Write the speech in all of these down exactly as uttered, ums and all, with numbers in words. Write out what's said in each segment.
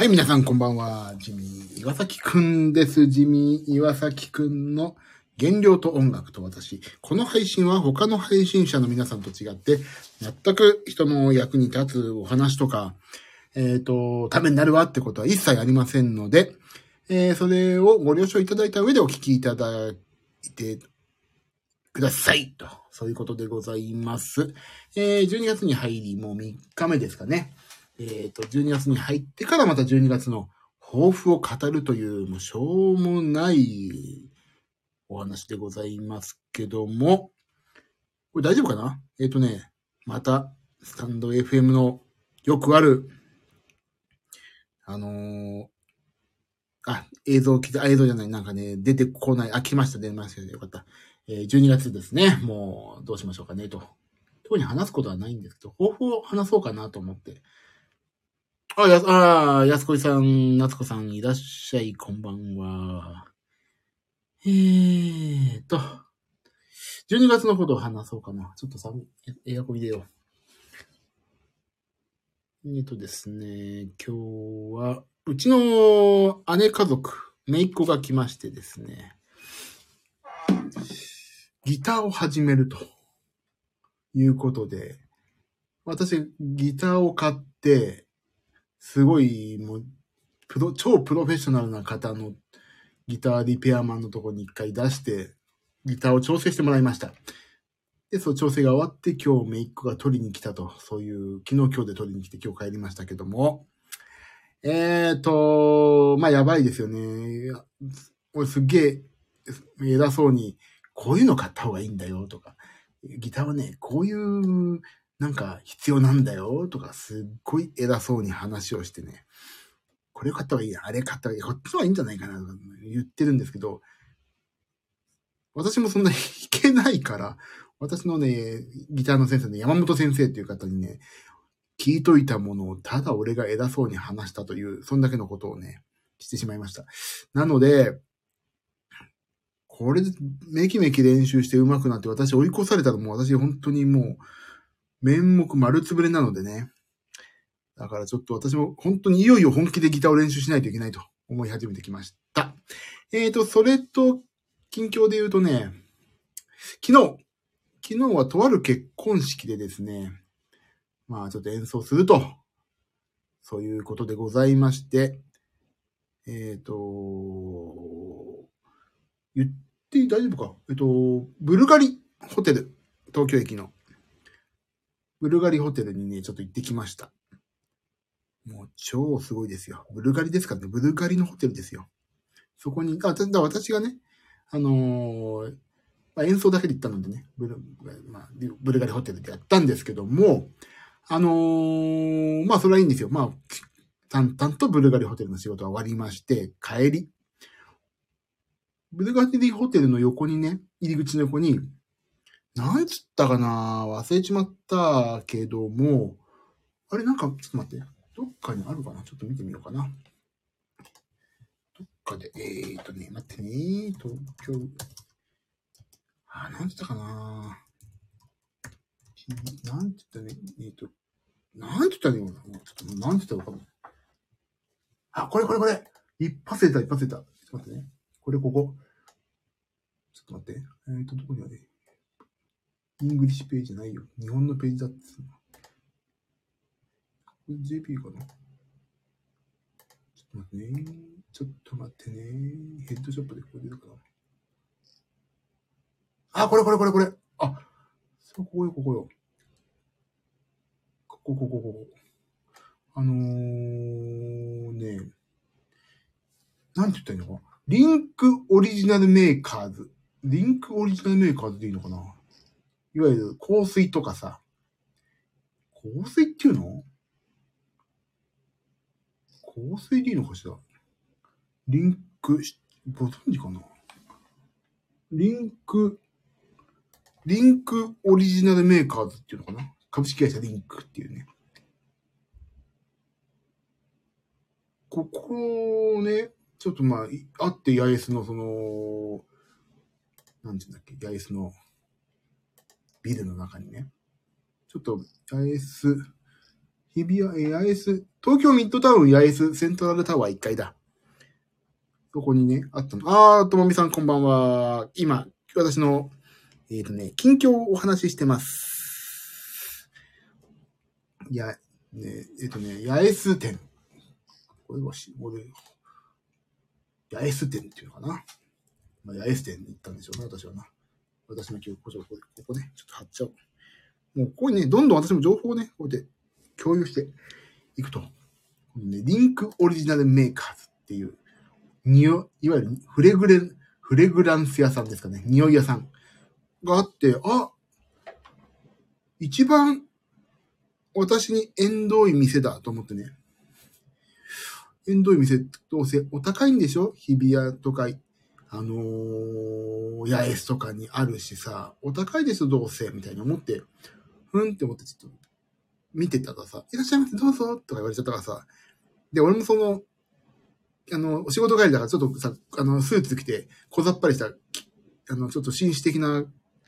はい、皆さんこんばんは。ジミー岩崎くんです。ジミー岩崎くんの原料と音楽と私。この配信は他の配信者の皆さんと違って、全く人の役に立つお話とか、えっと、ためになるわってことは一切ありませんので、えー、それをご了承いただいた上でお聞きいただいてくださいと。そういうことでございます。えー、じゅうにがつに入り、もうみっかめですかね。えっと、じゅうにがつに入ってからまたじゅうにがつの抱負を語るという、もうしょうもないお話でございますけども、これ大丈夫かな？えっとね、また、スタンド エフエム のよくある、あのー、あ、映像来た、映像じゃない、なんかね、出てこない、あ、来ました、出ました、よかった。えー、じゅうにがつですね、もう、どうしましょうかね、と。特に話すことはないんですけど、抱負を話そうかなと思って。あ、や、あ、やすこいさん、なつこさん、いらっしゃい、こんばんは。えーと、じゅうにがつのことを話そうかな。ちょっと寒い、エアコン入れよう。えーとですね、今日は、うちの姉家族、姪っ子が来ましてですね、ギターを始めるということで、私、ギターを買って、すごい、もう、プロ、超プロフェッショナルな方のギターリペアマンのところに一回出して、ギターを調整してもらいました。で、そう、調整が終わって今日姪っ子が取りに来たと、そういう、昨日今日で取りに来て今日帰りましたけども、えーと、まあ、やばいですよね。俺すっげえ偉そうに、こういうの買った方がいいんだよとか、ギターはね、こういう、なんか必要なんだよとか、すっごい偉そうに話をしてね、これ買った方がいいや、あれ買った方がいい、こっちはいいんじゃないかなとか言ってるんですけど、私もそんなに弾けないから、私のね、ギターの先生の山本先生っていう方にね、聞いといたものをただ俺が偉そうに話したという、そんだけのことをね、してしまいました。なので、これでめきめき練習して上手くなって私追い越されたらもう私本当にもう、面目丸つぶれなのでね。だからちょっと私も本当にいよいよ本気でギターを練習しないといけないと思い始めてきました。えーと、それと、近況で言うとね、昨日、昨日はとある結婚式でですね、まあちょっと演奏すると、そういうことでございまして、えっ、ー、と、言って大丈夫か？えっ、ー、と、ブルガリホテル、東京駅のブルガリホテルにね、ちょっと行ってきました。もう超すごいですよ。ブルガリですからね、ブルガリのホテルですよ。そこに、あ、だ私がね、あのーまあ、演奏だけで行ったのでね、ブル、まあ、ブルガリホテルでやったんですけども、あのー、まあ、それはいいんですよ。まあ、淡々とブルガリホテルの仕事は終わりまして、帰り。ブルガリホテルの横にね、入り口の横に、何つったかな忘れちまったけども、あれなんか、ちょっと待って。どっかにあるかなちょっと見てみようかな。どっかで、えーとね、待ってね。東京。あ、なんつったかななんつったね。えーと、なんつったね。ちょっと、なんつったのかな。あ、これこれこれ。一発出た、一発出た。ちょっと待ってね。これここ。ちょっと待って。えーと、どこにある？イングリッシュページじゃないよ。日本のページだって。ジェーピー かな？ちょっと待ってね。ちょっと待ってね。ヘッドショップでこれ出るかな。あ、これこれこれこれ。あ、そう、ここよ、ここよ。ここ、ここ、ここ。あのー、ね、なんて言ったらいいのかな。リンクオリジナルメーカーズ。リンクオリジナルメーカーズでいいのかな。いわゆる香水とかさ。香水っていうの？香水でいいのかしら。リンク、ご存知かな。リンク、リンクオリジナルメーカーズっていうのかな。株式会社リンクっていうね。ここね、ちょっとまあ、あって八重洲のその、なんていうんだっけ、八重洲のビルの中にね、ちょっと八重洲日比谷、八重洲、東京ミッドタウン八重洲セントラルタワーいっかいだ。そこにね、あったの。あー、ともみさんこんばんは。今、私の、えっとね、近況をお話ししてます。いや、ね、えっとね、八重洲店。これはし、俺、八重洲店っていうのかな。まあ、八重洲店に行ったんでしょうね、私はな。私の記憶、ここで、ここね、ちょっと貼っちゃおう。もう、ここにね、どんどん私も情報をね、こうやって共有していくと。ね、リンクオリジナルメーカーズっていう、においわゆるフレグレン、フレグランス屋さんですかね。匂い屋さんがあって、あ、一番私に縁遠い店だと思ってね。縁遠い店、どうせお高いんでしょ？日比谷とか、あのー、八重洲とかにあるしさ、お高いでしょ、どうせ、みたいに思って、ふんって思ってちょっと見てたらさ、いらっしゃいませ、どうぞとか言われちゃったからさ、で、俺もその、あの、お仕事帰りだからちょっとさ、あの、スーツ着て、小ざっぱりした、あの、ちょっと紳士的な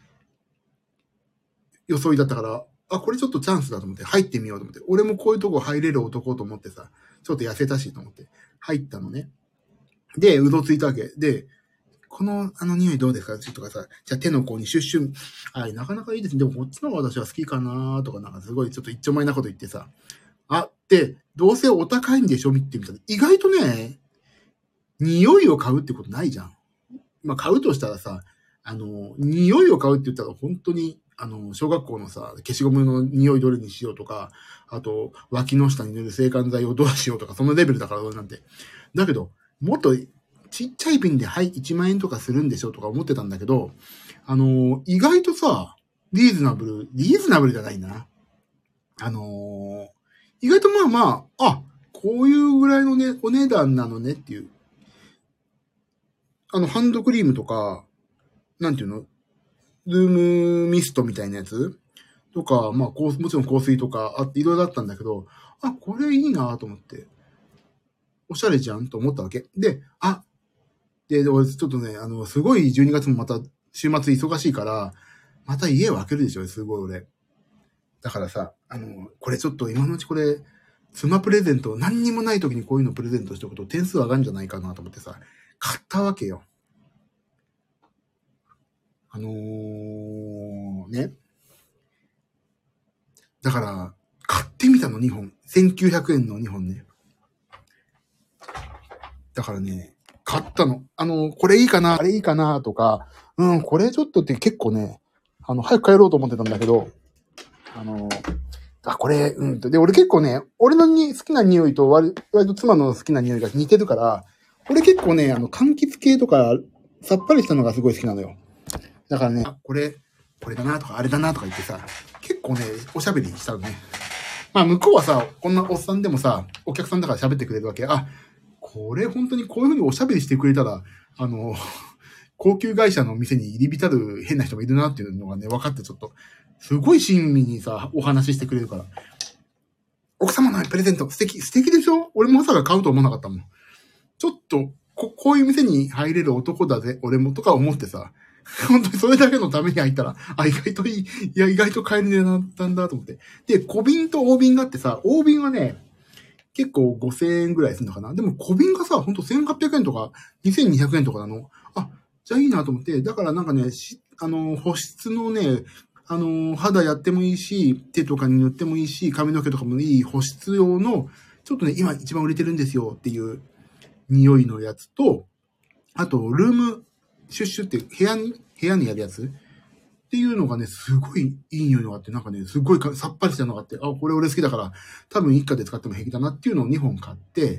装いだったから、あ、これちょっとチャンスだと思って入ってみようと思って、俺もこういうとこ入れる男と思ってさ、ちょっと痩せたしと思って入ったのね。で、うどついたわけ。で、この、あの匂いどうですかとかさ、じゃあ手の甲にシュッシュン、あ、なかなかいいですね。でもこっちの方が私は好きかなとかなんかすごいちょっと一丁前なこと言ってさ、あ、で、どうせお高いんでしょ見てみたら、意外とね、匂いを買うってことないじゃん。まあ買うとしたらさ、あの、匂いを買うって言ったら本当に、あの、小学校のさ、消しゴムの匂いどれにしようとか、あと、脇の下に塗る制汗剤をどうしようとか、そのレベルだから俺なんて。だけど、もっとちっちゃい瓶で、はい、いちまん円とかするんでしょとか思ってたんだけど、あの、意外とさ、リーズナブル、リーズナブルじゃないな。あの、意外とまあまあ、あ、こういうぐらいのね、お値段なのねっていう。あの、ハンドクリームとか、なんていうのルームミストみたいなやつとか、まあ、もちろん香水とかあっていろいろあったんだけど、あ、これいいなと思って。おしゃれじゃんと思ったわけ。で、あ、で、俺ちょっとね、あの、すごいじゅうにがつもまた週末忙しいから、また家を開けるでしょ、すごい俺。だからさ、あの、これちょっと今のうちこれ、妻プレゼント、何にもない時にこういうのプレゼントしておくと点数上がるんじゃないかなと思ってさ、買ったわけよ。あのー、ね。だから、買ってみたのにほん。せんきゅうひゃくえんのにほんね。だからね、買ったの。あの、これいいかなあれいいかなとか、うん、これちょっとって結構ね、あの、早く帰ろうと思ってたんだけど、あの、あ、これ、うんと。で、俺結構ね、俺のに好きな匂いと割、割と妻の好きな匂いが似てるから、俺結構ね、あの、柑橘系とか、さっぱりしたのがすごい好きなのよ。だからね、あ、これ、これだなとか、あれだなとか言ってさ、結構ね、おしゃべりしたのね。まあ、向こうはさ、こんなおっさんでもさ、お客さんだから喋ってくれるわけ。あ、これ本当にこういう風におしゃべりしてくれたら、あの、高級会社の店に入り浸る変な人がいるなっていうのがね、分かってちょっと、すごい親身にさ、お話ししてくれるから。奥様のプレゼント、素敵、素敵でしょ？俺もまさか買うと思わなかったもん。ちょっと、こ、こういう店に入れる男だぜ、俺も、とか思ってさ、本当にそれだけのために入ったら、あ、意外といい、いや、意外と買える値段だったんだと思って。で、小瓶と大瓶があってさ、大瓶はね、結構ごせんえんぐらいするのかな。でも小瓶がさ、ほんとせんはっぴゃくえんとかにせんにひゃくえんとかなの。あ、じゃあいいなと思って。だからなんかね、しあの、保湿のね、あの、肌やってもいいし、手とかに塗ってもいいし、髪の毛とかもいい保湿用の、ちょっとね、今一番売れてるんですよっていう匂いのやつと、あと、ルームシュッシュって部屋に、部屋にやるやつっていうのがね、すごいいい匂いのがあって、なんかね、すごいさっぱりしたのがあって、あ、これ俺好きだから、多分一家で使っても平気だなっていうのをにほん買って、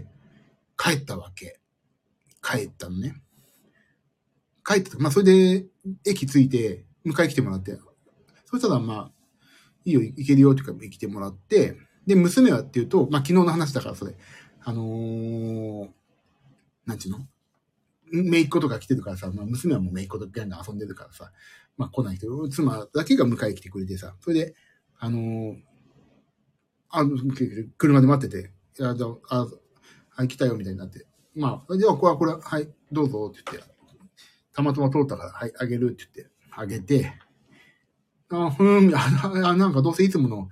帰ったわけ。帰ったのね。帰った。まあ、それで、駅着いて、迎え来てもらって、そしたら、まあ、いいよ、行けるよっていうか、来てもらって、で、娘はっていうと、まあ、昨日の話だから、それ。あのー、なんちゅうの姪っ子とか来てるからさ、まあ、娘はもう姪っ子とギャンガン遊んでるからさ、まあ来ないけど、妻だけが迎え来てくれてさ、それで、あのー、あ、車で待ってて、いや、じゃあ、はい、来たよ、みたいになって。まあ、じゃあ、これは、これは、はい、どうぞ、って言って、たまたま通ったから、はい、あげるって言って、あげて、あ、ふーん、あ、なんかどうせいつもの、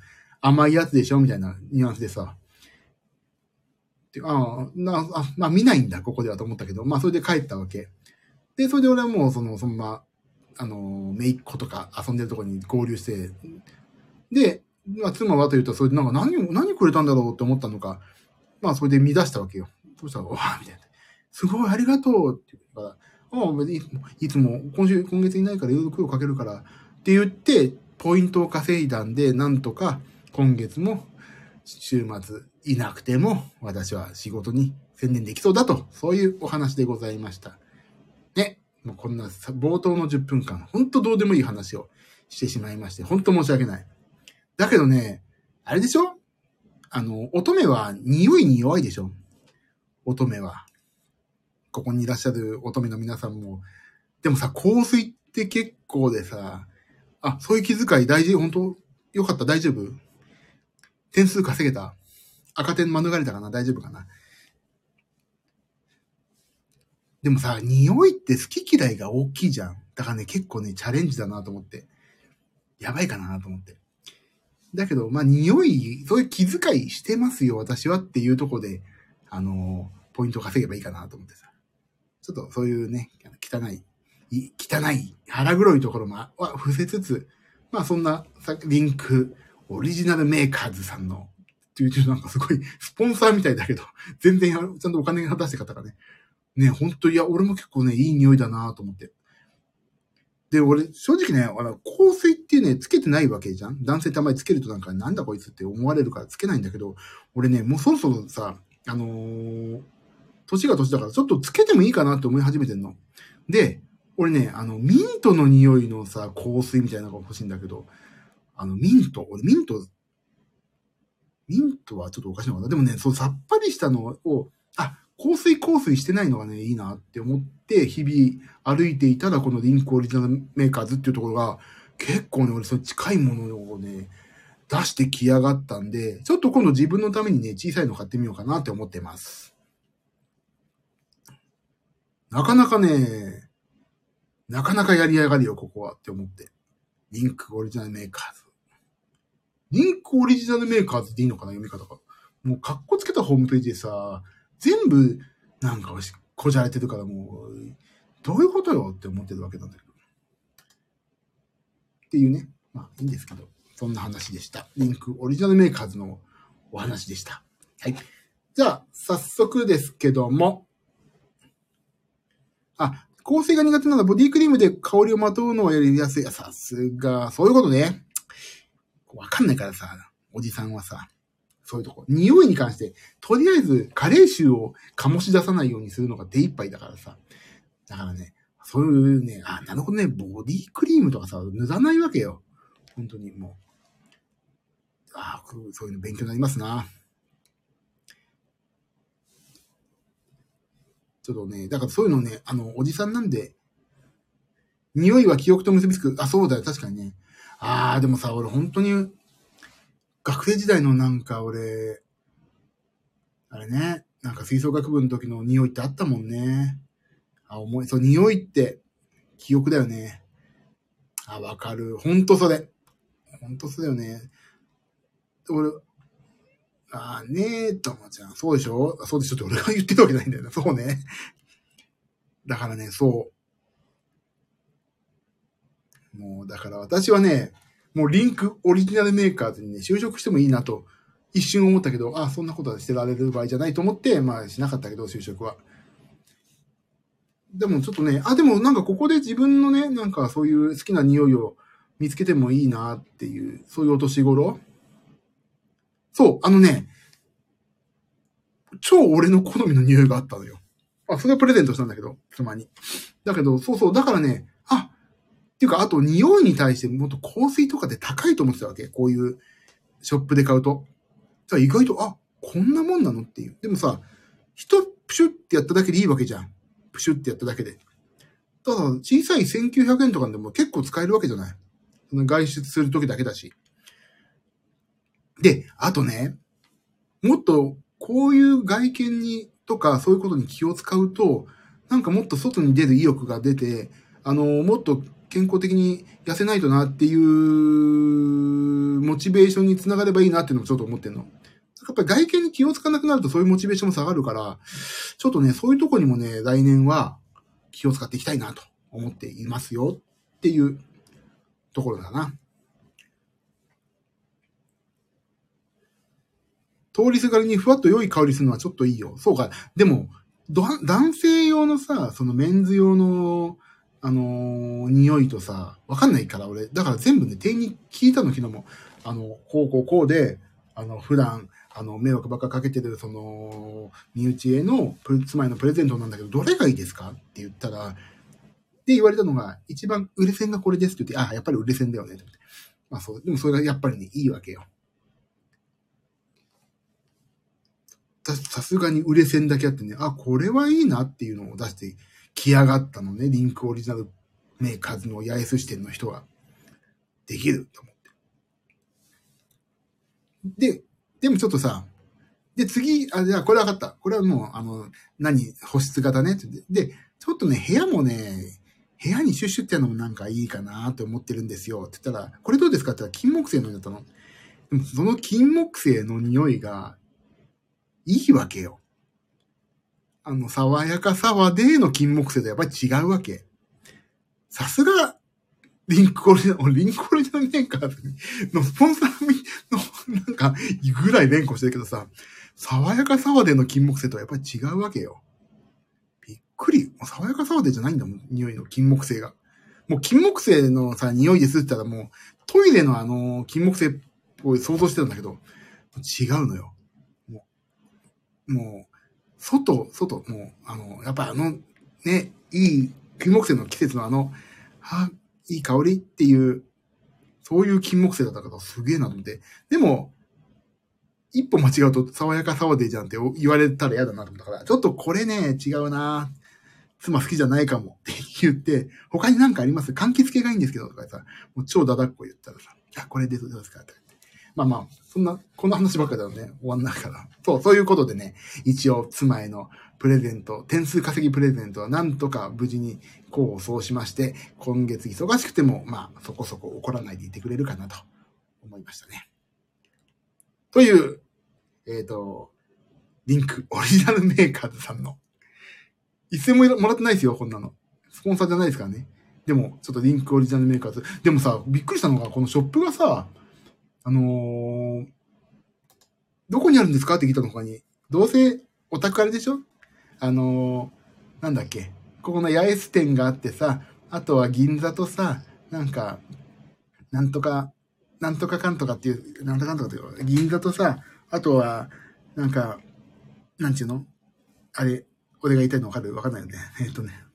甘いやつでしょみたいなニュアンスでさ。でああ、な、あ、まあ見ないんだ、ここではと思ったけど、まあそれで帰ったわけ。で、それで俺はもうその、そのまま、あの、姪っ子とか遊んでるところに合流して、で、まあ妻はというと、それでなんか何を、何くれたんだろうって思ったのか、まあそれで見出したわけよ。そしたら、わあみたいな。すごい、ありがとうって言うから、ああ、別にいつも、今週、今月いないからいろいろ苦労かけるから、って言って、ポイントを稼いだんで、なんとか今月も週末いなくても私は仕事に専念できそうだと、そういうお話でございました。ね。もうこんな冒頭のじゅっぷんかん、ほんとどうでもいい話をしてしまいまして、ほんと申し訳ない。だけどね、あれでしょ？あの、乙女は匂いに弱いでしょ？乙女は。ここにいらっしゃる乙女の皆さんも。でもさ、香水って結構でさ、あ、そういう気遣い大事、本当よかった、大丈夫？点数稼げた？赤点免れたかな？大丈夫かな？でもさ、匂いって好き嫌いが大きいじゃん。だからね、結構ね、チャレンジだなと思って。やばいかなと思って。だけど、まあ、匂い、そういう気遣いしてますよ、私はっていうところで、あのー、ポイント稼げばいいかなと思ってさ。ちょっとそういうね、汚い、汚い、腹黒いところもは伏せつつ、まあそんなリンクオリジナルメーカーズさんの、っていうなんかすごいスポンサーみたいだけど、全然ちゃんとお金が出して方がね、ね、ほんといや、俺も結構ね、いい匂いだなと思って。で、俺、正直ね、あの、香水ってね、つけてないわけじゃん？男性ってあんまりつけるとなんか、なんだこいつって思われるからつけないんだけど、俺ね、もうそろそろさ、あのー、年が年だからちょっとつけてもいいかなって思い始めてんの。で、俺ね、あの、ミントの匂いのさ、香水みたいなのが欲しいんだけど、あの、ミント、俺ミント、ミントはちょっとおかしいのかな。でもね、そうさっぱりしたのを、あ、香水香水してないのがね、いいなって思って、日々歩いていたら、このリンクオリジナルメーカーズっていうところが、結構ね、俺その近いものをね、出してきやがったんで、ちょっと今度自分のためにね、小さいの買ってみようかなって思ってます。なかなかね、なかなかやりやがるよ、ここはって思って。リンクオリジナルメーカーズ。リンクオリジナルメーカーズっていいのかな、読み方が。もうカッコつけたホームページでさ、全部なんかこじゃれてるからもう、どういうことよって思ってるわけなんだけど。っていうね。まあいいんですけど、そんな話でした。リンクオリジナルメーカーズのお話でした。はい。じゃあ、早速ですけども。あ、香水が苦手ならボディクリームで香りをまとうのはやりやすい。さすが、そういうことね。わかんないからさ、おじさんはさ、そういうとこ。匂いに関して、とりあえず、加齢臭を醸し出さないようにするのが手一杯だからさ。だからね、そういうね、あ、なるほどね、ボディクリームとかさ、塗らないわけよ。本当にもう。ああ、そういうの勉強になりますな。ちょっとね、だからそういうのね、あの、おじさんなんで、匂いは記憶と結びつく。あ、そうだよ、確かにね。ああ、でもさ、俺本当に、学生時代のなんか俺、あれね、なんか吹奏楽部の時の匂いってあったもんね。あ、思い、そう、匂いって記憶だよね。あ、わかる。ほんとそれ。ほんとそうだよね。俺、あーねーと思っちゃう。そうでしょ？そうでしょって俺が言ってるわけないんだよな。そうね。だからね、そう。もう、だから私はね、もうリンクオリジナルメーカーズにね、就職してもいいなと、一瞬思ったけど、あ、そんなことはしてられる場合じゃないと思って、まあしなかったけど、就職は。でもちょっとね、あ、でもなんかここで自分のね、なんかそういう好きな匂いを見つけてもいいなっていう、そういうお年頃。そう、あのね、超俺の好みの匂いがあったのよ。あ、それはプレゼントしたんだけど、妻に。だけど、そうそう、だからね、あ、っていうか、あと匂いに対してもっと香水とかで高いと思ってたわけ。こういうショップで買うと。じゃあ意外と、あ、こんなもんなのっていう。でもさ、一プシュってやっただけでいいわけじゃん。プシュってやっただけで。ただ、小さいせんきゅうひゃくえんとかでも結構使えるわけじゃない。外出するときだけだし。で、あとね、もっとこういう外見にとかそういうことに気を使うと、なんかもっと外に出る意欲が出て、あの、もっと健康的に痩せないとなっていうモチベーションにつながればいいなっていうのもちょっと思ってんの。やっぱり外見に気をつかなくなるとそういうモチベーションも下がるから、ちょっとね、そういうとこにもね、来年は気を使っていきたいなと思っていますよっていうところだな。通りすがりにふわっと良い香りするのはちょっといいよ。そうか。でも、男性用のさ、そのメンズ用の、あのー、匂いとさ、わかんないから俺。だから全部ね、店員に聞いたの昨日も。あの、こうこうこうで、あの、普段、あの、迷惑ばっかかけてる、その、身内への、妻へのプレゼントなんだけど、どれがいいですかって言ったら、で言われたのが、一番売れ線がこれですって言って、あ、やっぱり売れ線だよねって。まあそう、でもそれがやっぱりね、いいわけよ。さすがに売れ線だけあってね、あ、これはいいなっていうのを出して来やがったのね。リンクオリジナルメーカーズの八重洲支店の人ができると思って。で、でもちょっとさ、で、次、あ、じゃあこれ分かった。これはもう、あの、何、保湿型ねって。で、ちょっとね、部屋もね、部屋にシュッシュってやるのもなんかいいかなと思ってるんですよ。って言ったら、これどうですかって言ったら、金木犀のだったの。でもその金木犀の匂いが、いいわけよ。あの、爽やかさはでの金木犀とやっぱり違うわけ。さすが、リンクオリジナル、リンクオリジナルメーカーのスポンサーの、なんか、ぐらい連呼してるけどさ、爽やかさわでの金木犀とはやっぱり違うわけよ。びっくり。もう爽やかさわでじゃないんだもん、匂いの金木犀が。もう金木犀のさ、匂いですって言ったらもう、トイレのあの、金木犀を想像してたんだけど、違うのよ。もう、もう、外、外、もう、あの、やっぱあの、ね、いい、金木犀の季節のあの、は、いい香りっていう、そういう金木犀だったからすげえなと思って。でも、一歩間違うと爽やかさわでじゃんって言われたら嫌だなと思ったから、ちょっとこれね、違うな妻好きじゃないかもって言って、他に何かあります柑橘系がいいんですけどとかさ、もう超ダダっこ言ったらさ、あ、これでどうですかって。まあまあ、そんな、こんな話ばっかりだとね、終わんないから。そう、そういうことでね、一応妻へのプレゼント、点数稼ぎプレゼントはなんとか無事に功を奏しまして、今月忙しくても、まあ、そこそこ怒らないでいてくれるかなと思いましたね。という、えっと、リンクオリジナルメーカーズさんの、一銭ももらってないですよ、こんなの。スポンサーじゃないですからね。でも、ちょっとリンクオリジナルメーカーズ。でもさ、びっくりしたのが、このショップがさ、あのー、どこにあるんですかって聞いたの他に。どうせ、オタクあれでしょあのー、なんだっけ。ここの八重洲店があってさ、あとは銀座とさ、なんか、なんとか、なんとかかんとかっていう、なんとかかんとかっていう、銀座とさ、あとは、なんか、なんちゅうのあれ、俺が言いたいのわかるわかんないよね。えっとね。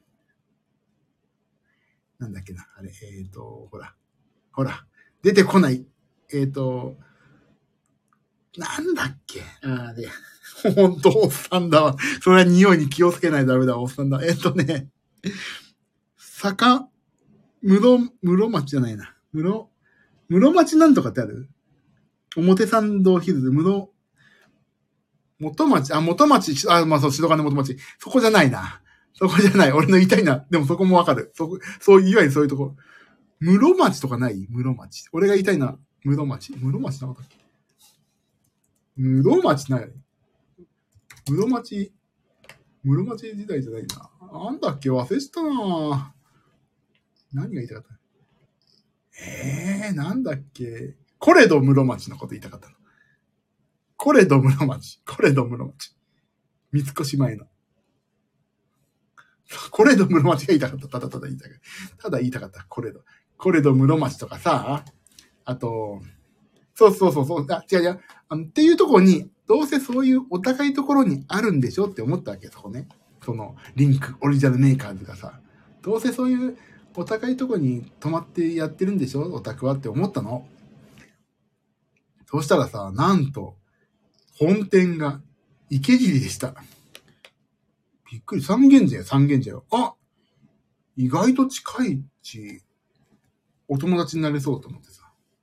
なんだっけな。あれ、えっと、ほら。ほら。出てこない。えっと、なんだっけあれ。ほんと、おっさんだわ。それは匂いに気をつけないとダメだ、おっさんだ。えっとね。坂、室、室町じゃないな。室、室町なんとかってある？表参道ヒルズ、室、元町、あ、元町、あ、まあそう、白金元町。そこじゃないな。そこじゃない。俺の言いたいな。でもそこもわかる。そこ、そう、いわゆるそういうとこ。室町とかない室町。俺が言いたいな。室町。室町なかったっけ？室町ない。室町、室町時代じゃないな。なんだっけ忘れしたな何が言いたかったえー、なんだっけコレド室町のこと言いたかったの。コレド室町。コレド室町。三越前の。コレド室町が言いたかった。ただただ言いたかった。ただ言いたかった。コレド。コレド室町とかさ、あと、そうそうそうそう、あ、違う違う。あのっていうところに、どうせそういうお高いところにあるんでしょって思ったわけ、そこね。その、リンク、オリジナルメーカーズがさ、どうせそういうお高いところに泊まってやってるんでしょオタクはって思ったの。そうしたらさ、なんと、本店が池尻でした。びっくり。三軒茶屋、三軒茶屋。あ、意外と近いし、お友達になれそうと思ってさ。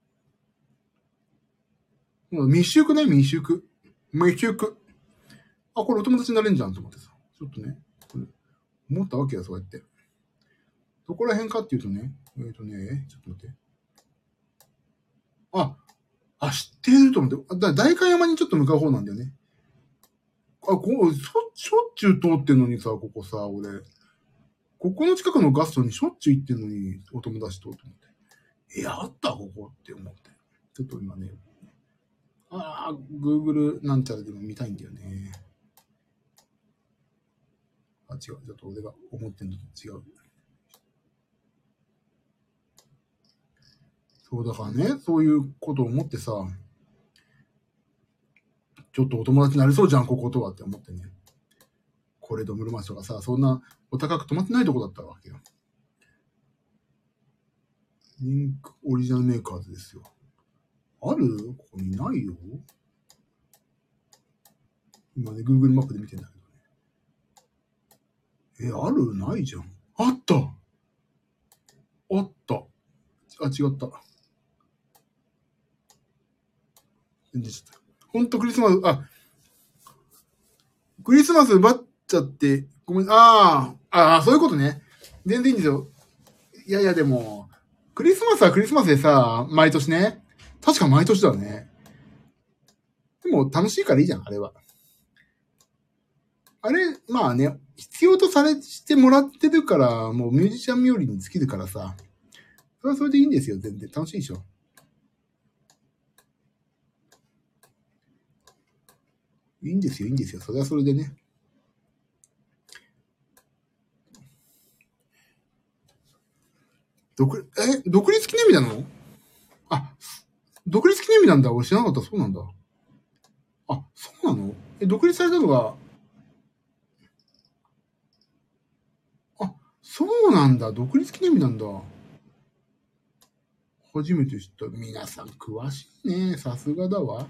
密集ね、密集。密集。あ、これお友達になれんじゃんと思ってさ。ちょっとね、これ思ったわけよ、そうやって。どこら辺かっていうとね、 えっとね、ちょっと待って。あ、あ、知ってると思って。だ代官山にちょっと向かう方なんだよね。あ、ここ、しょ、しょっちゅう通ってんのにさ、ここさ、俺。ここの近くのガストにしょっちゅう行ってんのに、お友達と、と思って。え、あったここって思って。ちょっと今ね、ああ、Google なんちゃらでも見たいんだよね。あ、違う。ちょっと俺が思ってんのと違う。そうだからね、そういうことを思ってさ、ちょっとお友達になりそうじゃん、こことはって思ってね。これドムルマシとかさ、そんなお高く泊まってないとこだったわけよ。リンクオリジナルメーカーズですよ。ある？ここにないよ。今ね、Google マップで見てんだけどね。え、ある？ないじゃん。あった！あった。あ、違った。全然ちょっと。ほんとクリスマス、あ、クリスマス奪っちゃって、ごめん、ああ、ああ、そういうことね。全然いいんですよ。いやいや、でも、クリスマスはクリスマスでさ、毎年ね。確か毎年だね。でも楽しいからいいじゃん、あれは。あれ、まあね、必要とされしてもらってるから、もうミュージシャン冥利に尽きるからさ。それはそれでいいんですよ、全然。楽しいでしょ。いいんですよ、いいんですよ。それはそれでね。独、え、独立記念日なの？あ、独立記念日なんだ。俺知らなかった。そうなんだ。あ、そうなの？え、独立されたのが、あ、そうなんだ。独立記念日なんだ。初めて知った。皆さん詳しいね。さすがだわ。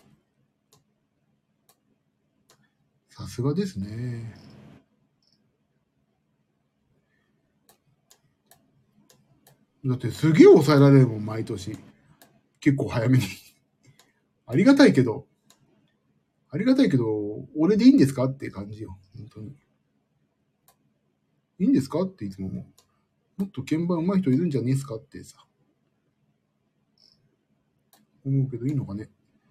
さすがですね。だってすげえ抑えられるもん、毎年。結構早めに。ありがたいけど、ありがたいけど、俺でいいんですかって感じよ。本当に。いいんですかっていつも思う。もっと鍵盤上手い人いるんじゃねえですかってさ。思うけどいいのかね。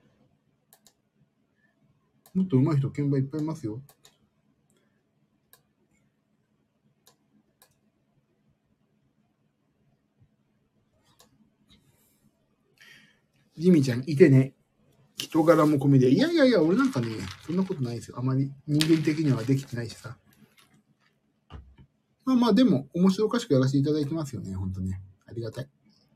もっと上手い人鍵盤いっぱいいますよ。ジミちゃんいてね。人柄も込みで。いやいやいや、俺なんかね、そんなことないですよ。あまり人間的にはできてないしさ。まあまあ、でも、面白おかしくやらせていただいてますよね。ほんとね。ありがたい。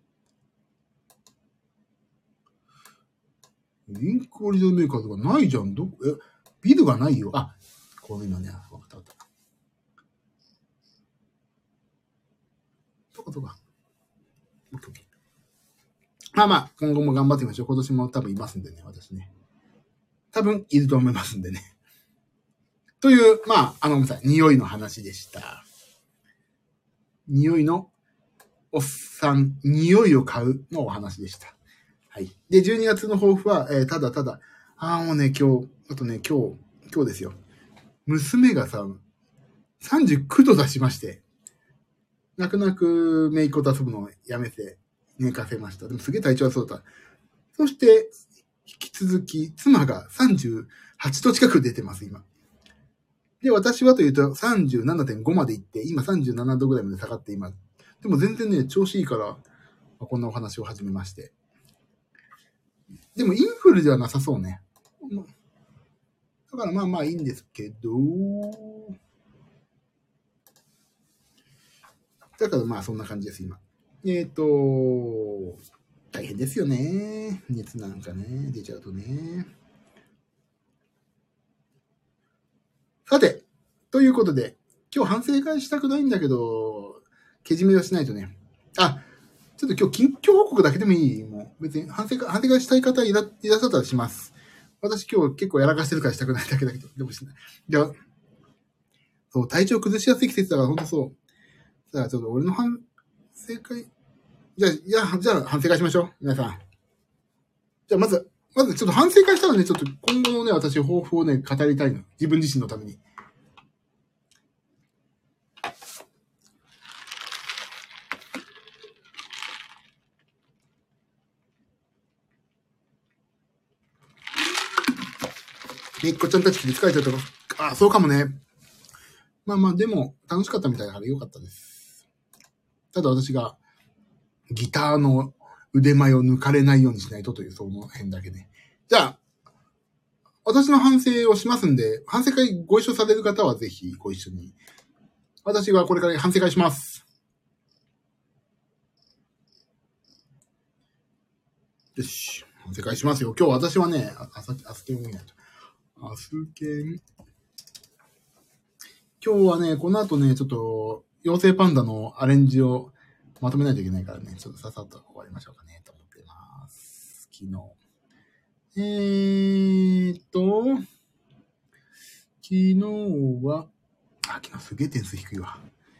リンクオリジナルメーカーとかないじゃん。どこ、え、ビルがないよ。あ、こういうのね。わかったわかった。そうかそうか。オッケーオッケー。まあまあ、今後も頑張ってみましょう。今年も多分いますんでね、私ね。多分いると思いますんでね。という、まあ、あの、ごめんなさい。匂いの話でした。匂いのおっさん、匂いを買うのお話でした。はい。で、じゅうにがつの抱負は、えー、ただただ、ああ、もうね、今日、あとね、今日、今日ですよ。娘がさ、さんじゅうきゅうど出しまして、泣く泣く姪っ子と遊ぶのをやめて寝かせました。でもすげえ体調はそうだった。そして、引き続き、妻がさんじゅうはちど近く出てます、今。で、私はというと さんじゅうななてんご まで行って、今さんじゅうななどぐらいまで下がって今。でも全然ね、調子いいから、こんなお話を始めまして。でもインフルではなさそうね。だからまあまあいいんですけど、だからまあそんな感じです、今。えっ、ー、と、大変ですよね。熱なんかね、出ちゃうとね。さて、ということで、今日反省会したくないんだけど、けじめをしないとね。あ、ちょっと今日近況報告だけでもいい？もう別に反省会、反省会したい方いらっしゃったらします。私今日結構やらかしてるからしたくないだけだけど、でもしない。じゃあ、そう、体調崩しやすい季節だから本当そう。じゃあちょっと俺の反省会、じゃあ、いや、じゃあ反省会しましょう。皆さん。じゃあまず、まずちょっと反省会したらね、ちょっと今後のね、私抱負をね、語りたいの。自分自身のために。 めいっこちゃんたちで疲れちゃったから、あ、そうかもね。まあまあ、でも、楽しかったみたいだからよかったです。ただ私が、ギターの腕前を抜かれないようにしないとという、その辺だけね。じゃあ、私の反省をしますんで、反省会ご一緒される方はぜひご一緒に。私はこれから反省会します。よし。反省会しますよ。今日私はね、あ、あさ、あすけん見ないと。あすけん。今日はね、この後ね、ちょっと、妖精パンダのアレンジをまとめないといけないからね、ちょっとささっと終わりましょうかね、と思ってます。昨日。えーっと、昨日は、あ、昨日すげえ点数低いわ。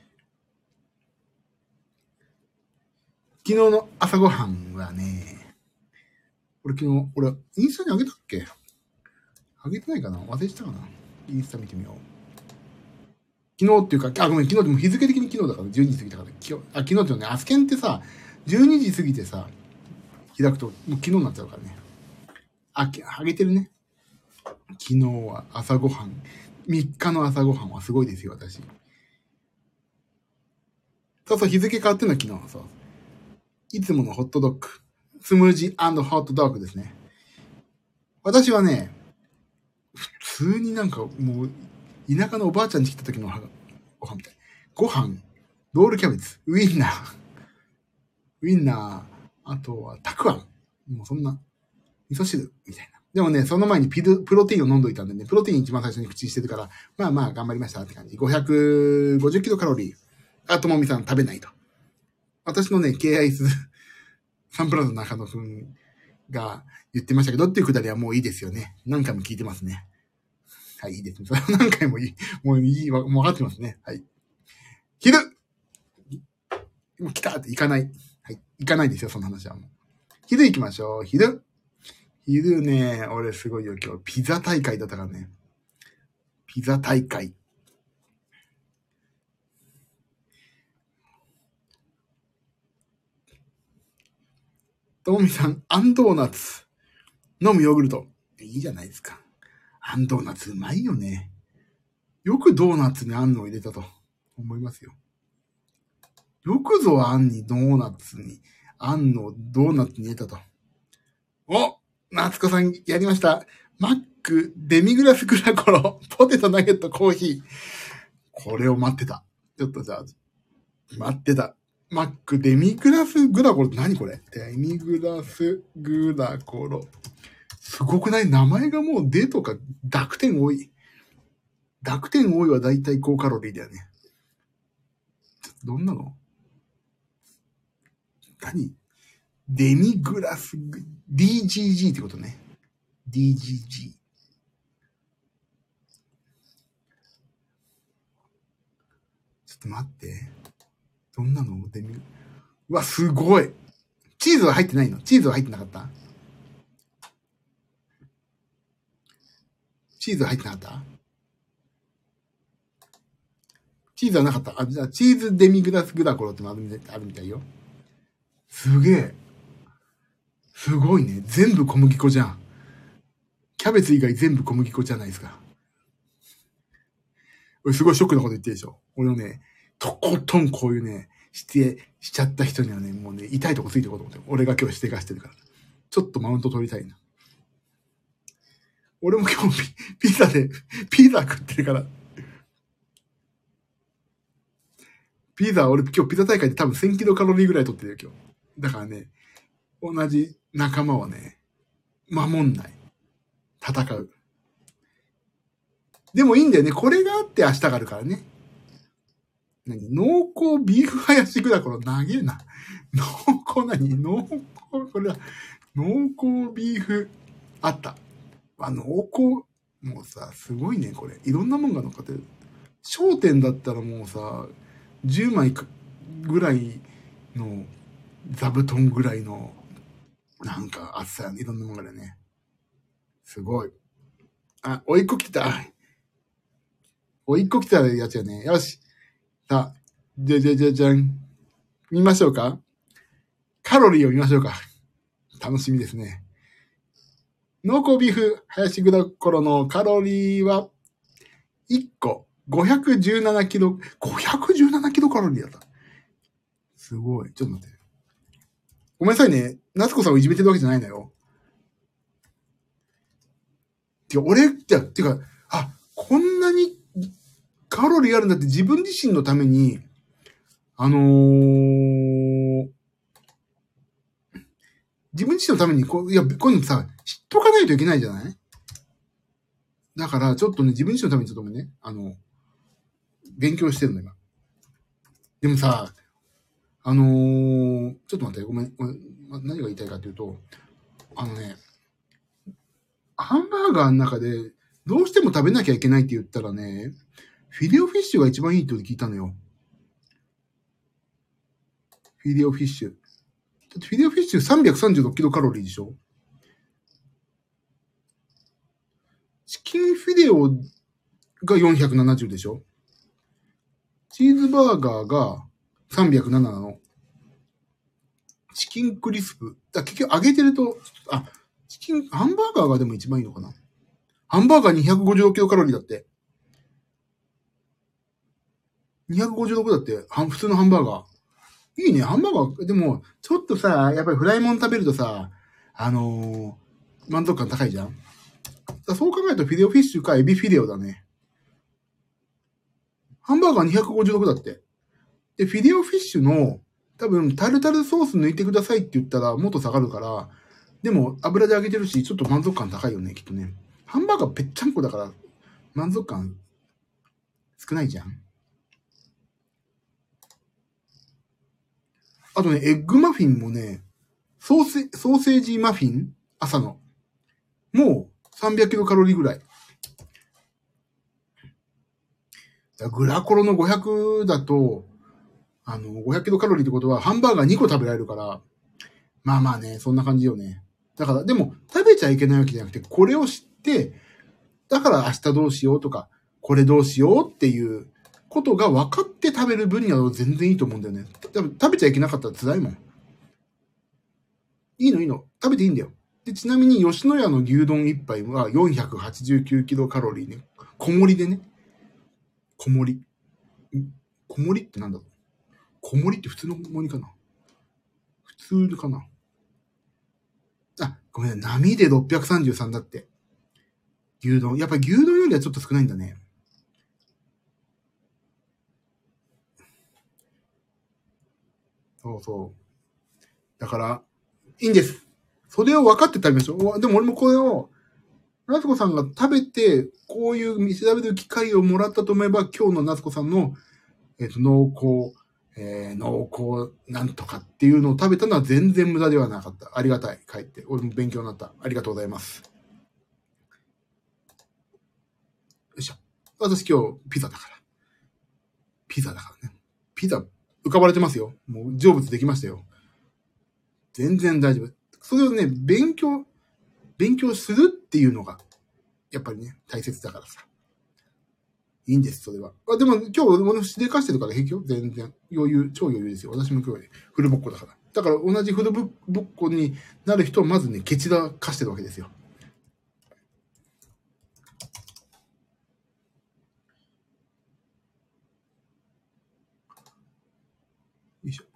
昨日の朝ごはんはね、俺昨日、俺、インスタにあげたっけ？あげてないかな？忘れてたかな？インスタ見てみよう。昨日っていうか、あ、ごめん、昨日でも日付的に昨日だからじゅうにじ過ぎたから、今日、あ、昨日ってね、アスケンってさ、じゅうにじ過ぎてさ、開くと、もう昨日になっちゃうからね。あ、あげてるね。昨日は朝ごはん。みっかの朝ごはんはすごいですよ、私。そうそう、日付変わってんの昨日。そう。いつものホットドッグ。スムージー&ホットドッグですね。私はね、普通になんかもう、田舎のおばあちゃんに来た時のご飯みたい。ご飯、ロールキャベツ、ウインナー、ウインナー、あとはたくあん。もうそんな、味噌汁みたいな。でもね、その前にピルプロテインを飲んどいたんでね、プロテイン一番最初に口にしてるから、まあまあ頑張りましたって感じ。ごひゃくごじゅっキロカロリー。あともみさん食べないと。私のね、敬愛するサンプラザ中野くんが言ってましたけどっていうくだりはもういいですよね。何回も聞いてますね。はい、いいですね。それは何回もいい。もういいわ、もう分かってますね。はい。昼もう来たって行かない。はい。行かないですよ、その話はもう。昼行きましょう。昼。昼ね、俺すごいよ、今日。ピザ大会だったからね。ピザ大会。ともみさん、アンドーナツ。飲むヨーグルト。いいじゃないですか。アンドーナツうまいよね。よくドーナツにあんのを入れたと思いますよ。よくぞあんにドーナツに、あんのドーナツに入れたと。お、夏子さんやりました。マック、デミグラスグラコロ、ポテトナゲット、コーヒー。これを待ってた。ちょっとじゃあ、待ってた。マック、デミグラスグラコロって何これ？デミグラスグラコロ。すごくない？名前がもうデとか濁点多い。濁点多いはだいたい高カロリーだよね。どんなの？何？デミグラス、ディージージー ってことね。ディージージー。ちょっと待って。どんなの？デミ、うわ、すごい。チーズは入ってないの？チーズは入ってなかった？チーズは入ってなかった？チーズはなかった。あ、じゃあ、チーズデミグラスグラコロってのあるみたいよ。すげえ。すごいね。全部小麦粉じゃん。キャベツ以外全部小麦粉じゃないですか。俺すごいショックなこと言ってるでしょ。俺のね、とことんこういうね、して、しちゃった人にはね、もうね、痛いとこついていこうと思って。俺が今日してかしてるから。ちょっとマウント取りたいな。俺も今日ピ、ピザで、ピザ食ってるから。ピザ、俺今日ピザ大会で多分せんキロカロリーぐらい取ってるよ、今日。だからね、同じ仲間はね、守んない。戦う。でもいいんだよね。これがあって明日があるからね。何？濃厚ビーフハヤシグラコロ、長えな。濃厚何？濃厚、これは、濃厚ビーフ、あった。あ、濃厚、もうさ、すごいね、これ。いろんなもんが乗っかってる。商店だったらもうさ、じゅうまいぐらいの、座布団ぐらいの、なんか厚さやね。いろんなもんがね。すごい。あ、おいっ子来てた。おいっ子来てたやつやね。よし。さあ、じゃじゃじゃじゃん。見ましょうか？カロリーを見ましょうか。楽しみですね。 濃厚ビーフ、ハヤシグラコロのカロリーは、いっこ、ごひゃくじゅうななキロ、ごひゃくじゅうななキロカロリーだった。すごい。ちょっと待って。ごめんなさいね。夏子さんをいじめてるわけじゃないのよ。てか、俺、じゃ、てか、あ、こんなにカロリーあるんだって自分自身のために、あのー、自分自身のために、こう、いや、こういうのさ、知っとかないといけないじゃない？だから、ちょっとね、自分自身のためにちょっとね、あの、勉強してるの、今。でもさ、あのー、ちょっと待って、ごめん、ごめん、何が言いたいかというと、あのね、ハンバーガーの中で、どうしても食べなきゃいけないって言ったらね、フィレオフィッシュが一番いいって聞いたのよ。フィレオフィッシュ。だってフィレオフィッシュさんびゃくさんじゅうろくキロカロリーでしょ？チキンフィレオがよんひゃくななじゅうでしょ？チーズバーガーがさんびゃくなななの。チキンクリスプ。だ結局揚げてると、あ、チキン、ハンバーガーがでも一番いいのかな？ハンバーガーにひゃくごじゅうろくキロカロリーだって。にひゃくごじゅうろくだって、普通のハンバーガー。いいね、ハンバーガー。でも、ちょっとさ、やっぱりフライモン食べるとさ、あのー、満足感高いじゃん？そう考えるとフィレオフィッシュかエビフィレオだね。ハンバーガーにひゃくごじゅうろくだって。で、フィレオフィッシュの、多分、タルタルソース抜いてくださいって言ったらもっと下がるから、でも油で揚げてるし、ちょっと満足感高いよね、きっとね。ハンバーガーぺっちゃんこだから、満足感少ないじゃん。あとね、エッグマフィンもね、ソーセ、ソーセージマフィン朝の。もうさんびゃくキロカロリーぐらい。グラコロのごひゃくだと、あの、ごひゃくキロカロリーってことはハンバーガーにこ食べられるから、まあまあね、そんな感じよね。だから、でも食べちゃいけないわけじゃなくて、これを知って、だから明日どうしようとか、これどうしようっていうことが分かって食べる分には全然いいと思うんだよね。でも食べちゃいけなかったら辛いもん。いいのいいの。食べていいんだよ。で、ちなみに吉野家の牛丼一杯はよんひゃくはちじゅうきゅうキロカロリーね。小盛りでね。小盛り。小盛りってなんだろう。小盛りって普通の盛りかな？普通かな？あ、ごめん、波でろっぴゃくさんじゅうさんだって。牛丼。やっぱり牛丼よりはちょっと少ないんだね。そうそう。だから、いいんです。それを分かって食べましょう。でも俺もこれを、夏子さんが食べて、こういう調べる機会をもらったと思えば、今日の夏子さんの、えっと、濃厚、えー、濃厚なんとかっていうのを食べたのは全然無駄ではなかった。ありがたい。帰って。俺も勉強になった。ありがとうございます。よいしょ。私今日ピザだから。ピザだからね。ピザ浮かばれてますよ。もう成仏できましたよ。全然大丈夫。それをね、勉強、勉強するっていうのが、やっぱりね、大切だからさ。いいんです、それは。あでも今日、私しでかしてるから平気よ。全然。余裕、超余裕ですよ。私も今日フルボッコだから。だから同じフルボッコになる人はまずね、ケチだかしてるわけですよ。よいしょ。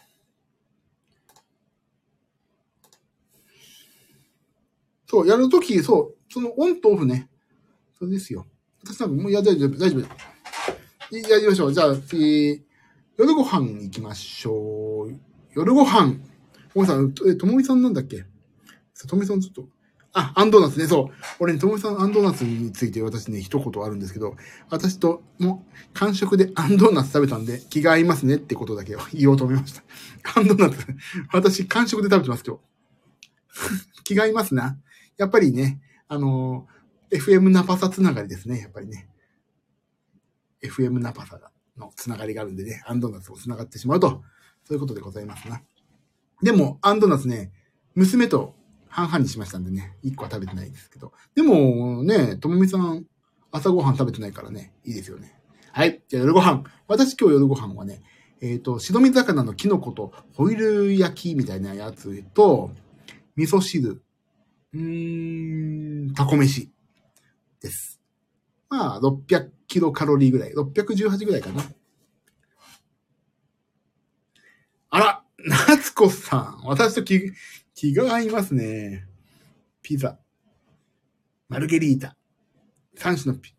そう、やるとき、そう、そのオンとオフね。それですよ。私なんかもう、いや、大丈夫、大丈夫。やりましょう。じゃあ、次、夜ご飯行きましょう。夜ご飯。おもさん、え、ともみさんなんだっけ？ともみさんちょっと、あ、アンドーナツね、そう。俺ね、ともみさんアンドーナツについて私ね、一言あるんですけど、私とも完食でアンドーナツ食べたんで、気が合いますねってことだけを言おうと思いました。アンドーナツ、私完食で食べてます、今日。気が合いますな。やっぱりね、あの、エフエム ナパサつながりですね、やっぱりね。エフエム ナパサのつながりがあるんでね、アンドーナツもつながってしまうと、そういうことでございますな。でも、アンドーナツね、娘と半々にしましたんでね、一個は食べてないですけど。でもね、ともみさん、朝ごはん食べてないからね、いいですよね。はい。じゃあ夜ご飯。私今日夜ご飯はね、えっと、白身魚のキノコとホイル焼きみたいなやつと、味噌汁うーん、タコ飯です。まあ、ろっぴゃくキロカロリーぐらい。ろっぴゃくじゅうはちぐらいかな。あら、夏子さん。私と気、気が合いますね。ピザ。マルゲリータ。さん種のピ、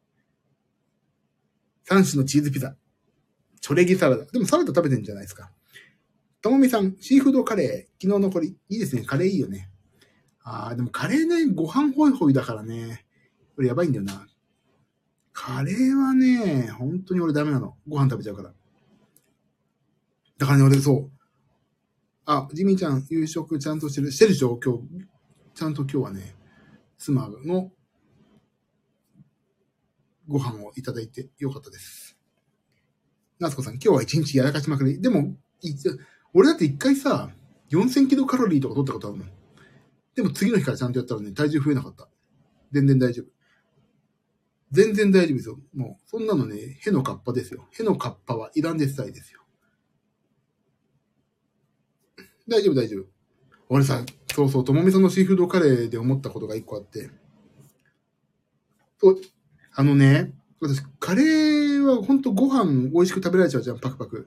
さん種のチーズピザ。チョレギサラダ。でもサラダ食べてんじゃないですか。ともみさん、シーフードカレー。昨日残り。いいですね。カレーいいよね。あー、でもカレーね、ご飯ホイホイだからね。これやばいんだよな。カレーはね、本当に俺ダメなの。ご飯食べちゃうから。だからね、俺そう。あ、ジミーちゃん、夕食ちゃんとしてる。してるでしょ今日。ちゃんと今日はね、妻のご飯をいただいてよかったです。夏子さん、今日は一日やらかしまくり。でも、俺だって一回さ、よんせんキロカロリーとか取ったことあるもん。でも次の日からちゃんとやったらね、体重増えなかった。全然大丈夫。全然大丈夫ですよ。もう、そんなのね、へのカッパですよ。へのカッパはイランデスタイですよ。大丈夫、大丈夫。俺さ、そうそう、ともみさんのシーフードカレーで思ったことが一個あって。そう、あのね、私、カレーはほんとご飯美味しく食べられちゃうじゃん、パクパク。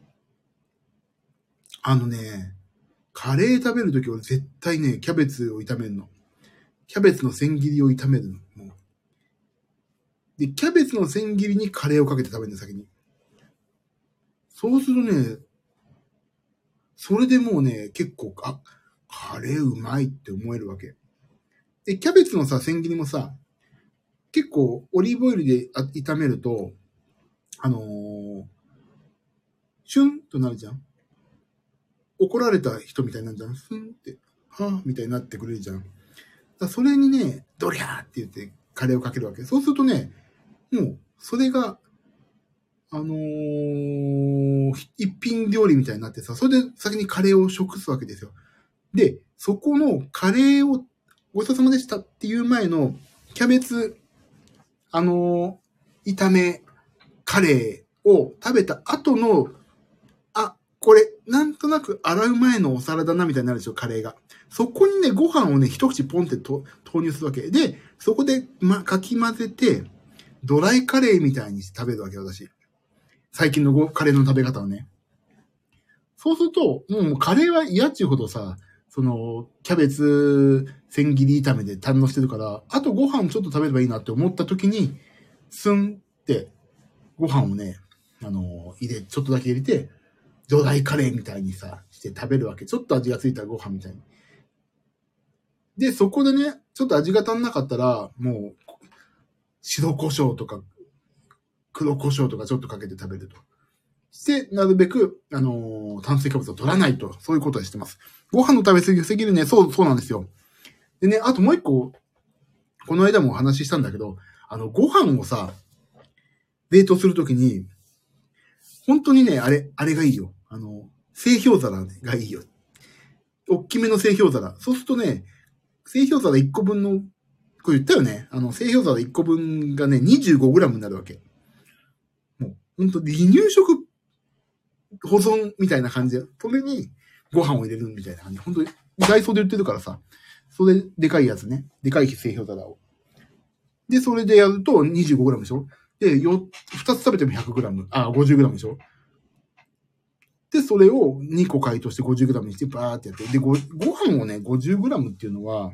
あのね、カレー食べるとき俺絶対ね、キャベツを炒めるの。キャベツの千切りを炒めるの。もうで、キャベツの千切りにカレーをかけて食べるんだ、先に。そうするとね、それでもうね、結構、あ、カレーうまいって思えるわけ。で、キャベツのさ、千切りもさ、結構オリーブオイルで炒めると、あのー、シュンとなるじゃん。怒られた人みたいになるじゃん。スンって、はぁみたいになってくれるじゃん。だそれにね、ドリャーって言ってカレーをかけるわけ。そうするとね、もう、それが、あのー、一品料理みたいになってさ、それで先にカレーを食すわけですよ。で、そこのカレーをごちそうさまでしたっていう前のキャベツ、あのー、炒めカレーを食べた後の、あ、これ、なんとなく洗う前のお皿だなみたいになるでしょ、カレーが。そこにね、ご飯をね、一口ポンってと投入するわけ。で、そこで、ま、かき混ぜて、ドライカレーみたいにして食べるわけ、私。最近のごカレーの食べ方はね。そうすると、もうカレーは嫌っていうほどさ、その、キャベツ、千切り炒めで堪能してるから、あとご飯ちょっと食べればいいなって思った時に、スンって、ご飯をね、あの、入れ、ちょっとだけ入れて、ドライカレーみたいにさ、して食べるわけ。ちょっと味がついたご飯みたいに。で、そこでね、ちょっと味が足んなかったら、もう、白胡椒とか、黒胡椒とかちょっとかけて食べると。して、なるべく、あのー、炭水化物を取らないと、そういうことをしてます。ご飯の食べ過ぎすぎるね、そう、そうなんですよ。でね、あともう一個、この間もお話ししたんだけど、あの、ご飯をさ、冷凍するときに、本当にね、あれ、あれがいいよ。あの、製氷皿がいいよ。大きめの製氷皿。そうするとね、製氷皿いっこぶんの、これ言ったよね。あの、製氷皿いっこぶんがね、にじゅうごグラムになるわけ。もう、ほんと、離乳食保存みたいな感じで、それにご飯を入れるみたいな感じ。ほんとに、ダイソーで売ってるからさ、それ、でかいやつね。でかい製氷皿を。で、それでやると にじゅうごグラム でしょ。で、よ、ふたつ食べても ひゃくグラム。あ、ごじゅうグラム でしょ。で、それをにこ解凍して ごじゅうグラム にしてバーってやって。で、ご、ご飯をね、ごじゅうグラム っていうのは、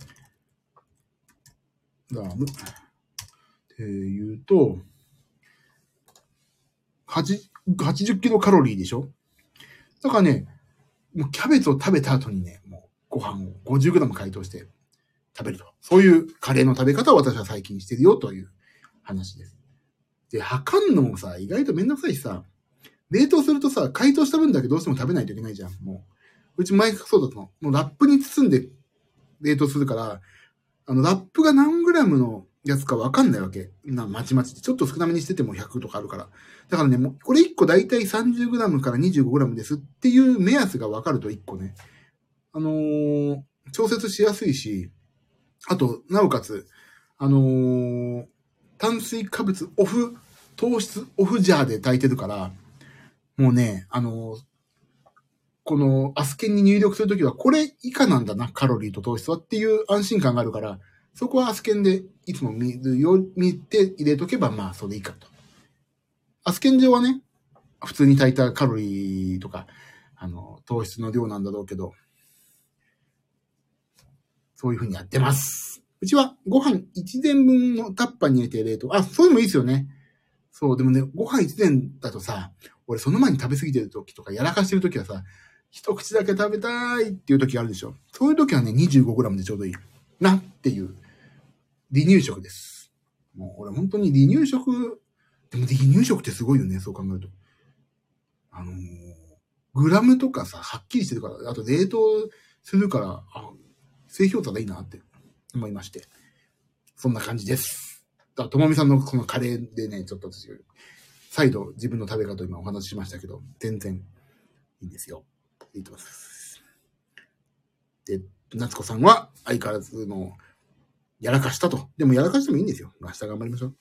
グラムっていうと、はちじゅっキロカロリーでしょ。だからね、もうキャベツを食べた後にね、もうご飯を ごじゅうグラム 解凍して食べると。そういうカレーの食べ方を私は最近してるよという話です。で、測るのもさ、意外とめんどくさいしさ、冷凍するとさ、解凍した分だけどうしても食べないといけないじゃん。もう。うち前そうだったの。もうラップに包んで冷凍するから、あの、ラップが何グラムのやつかわかんないわけ。な、まちまちで。ちょっと少なめにしててもひゃくとかあるから。だからね、もう、これいっこだいたい さんじゅうグラム から にじゅうごグラム ですっていう目安がわかるといっこね。あのー、調節しやすいし、あと、なおかつ、あのー、炭水化物オフ、糖質オフジャーで炊いてるから、もうね、あのー、 このアスケンに入力するときは、これ以下なんだな、カロリーと糖質はっていう安心感があるから、そこはアスケンでいつも見るよう見て入れとけば、まあ、それでいいかと。アスケン上はね、普通に炊いたカロリーとか、あの、糖質の量なんだろうけど、そういう風にやってます。うちはご飯一膳分のタッパーに入れて冷凍。あ、そういうのもいいですよね。そう、でもね、ご飯一膳だとさ、俺その前に食べ過ぎてる時とか、やらかしてる時はさ、一口だけ食べたいっていう時あるでしょ。そういう時はね、にじゅうごグラム でちょうどいい。なっていう、離乳食です。もう俺本当に離乳食、でも離乳食ってすごいよね、そう考えると。あのー、グラムとかさ、はっきりしてるから、あと冷凍するから、あ、製氷差がいいなって思いまして。そんな感じです。だから、ともみさんのこのカレーでね、ちょっと私、再度自分の食べ方を今お話ししましたけど、全然いいんですよ。いいと思います。で、夏子さんは相変わらずのやらかしたと。でもやらかしてもいいんですよ。明日頑張りましょう。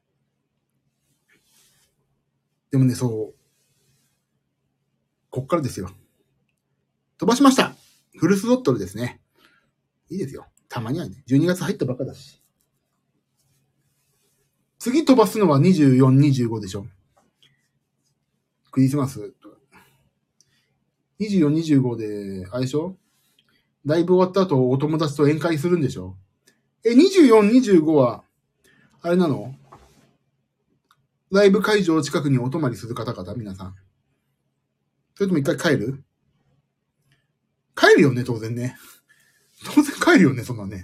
でもね、そう。こっからですよ。飛ばしました。フルスロットルですね。いいですよ。たまにはね。じゅうにがつ入ったばっかだし。次飛ばすのはにじゅうよん、にじゅうごでしょ。クリスマス。にじゅうよん、にじゅうごで、あれでしょ？ライブ終わった後お友達と宴会するんでしょ？え、にじゅうよん、にじゅうごは、あれなの？ライブ会場近くにお泊まりする方々、皆さん。それとも一回帰る？帰るよね、当然ね。当然帰るよね、そんなね。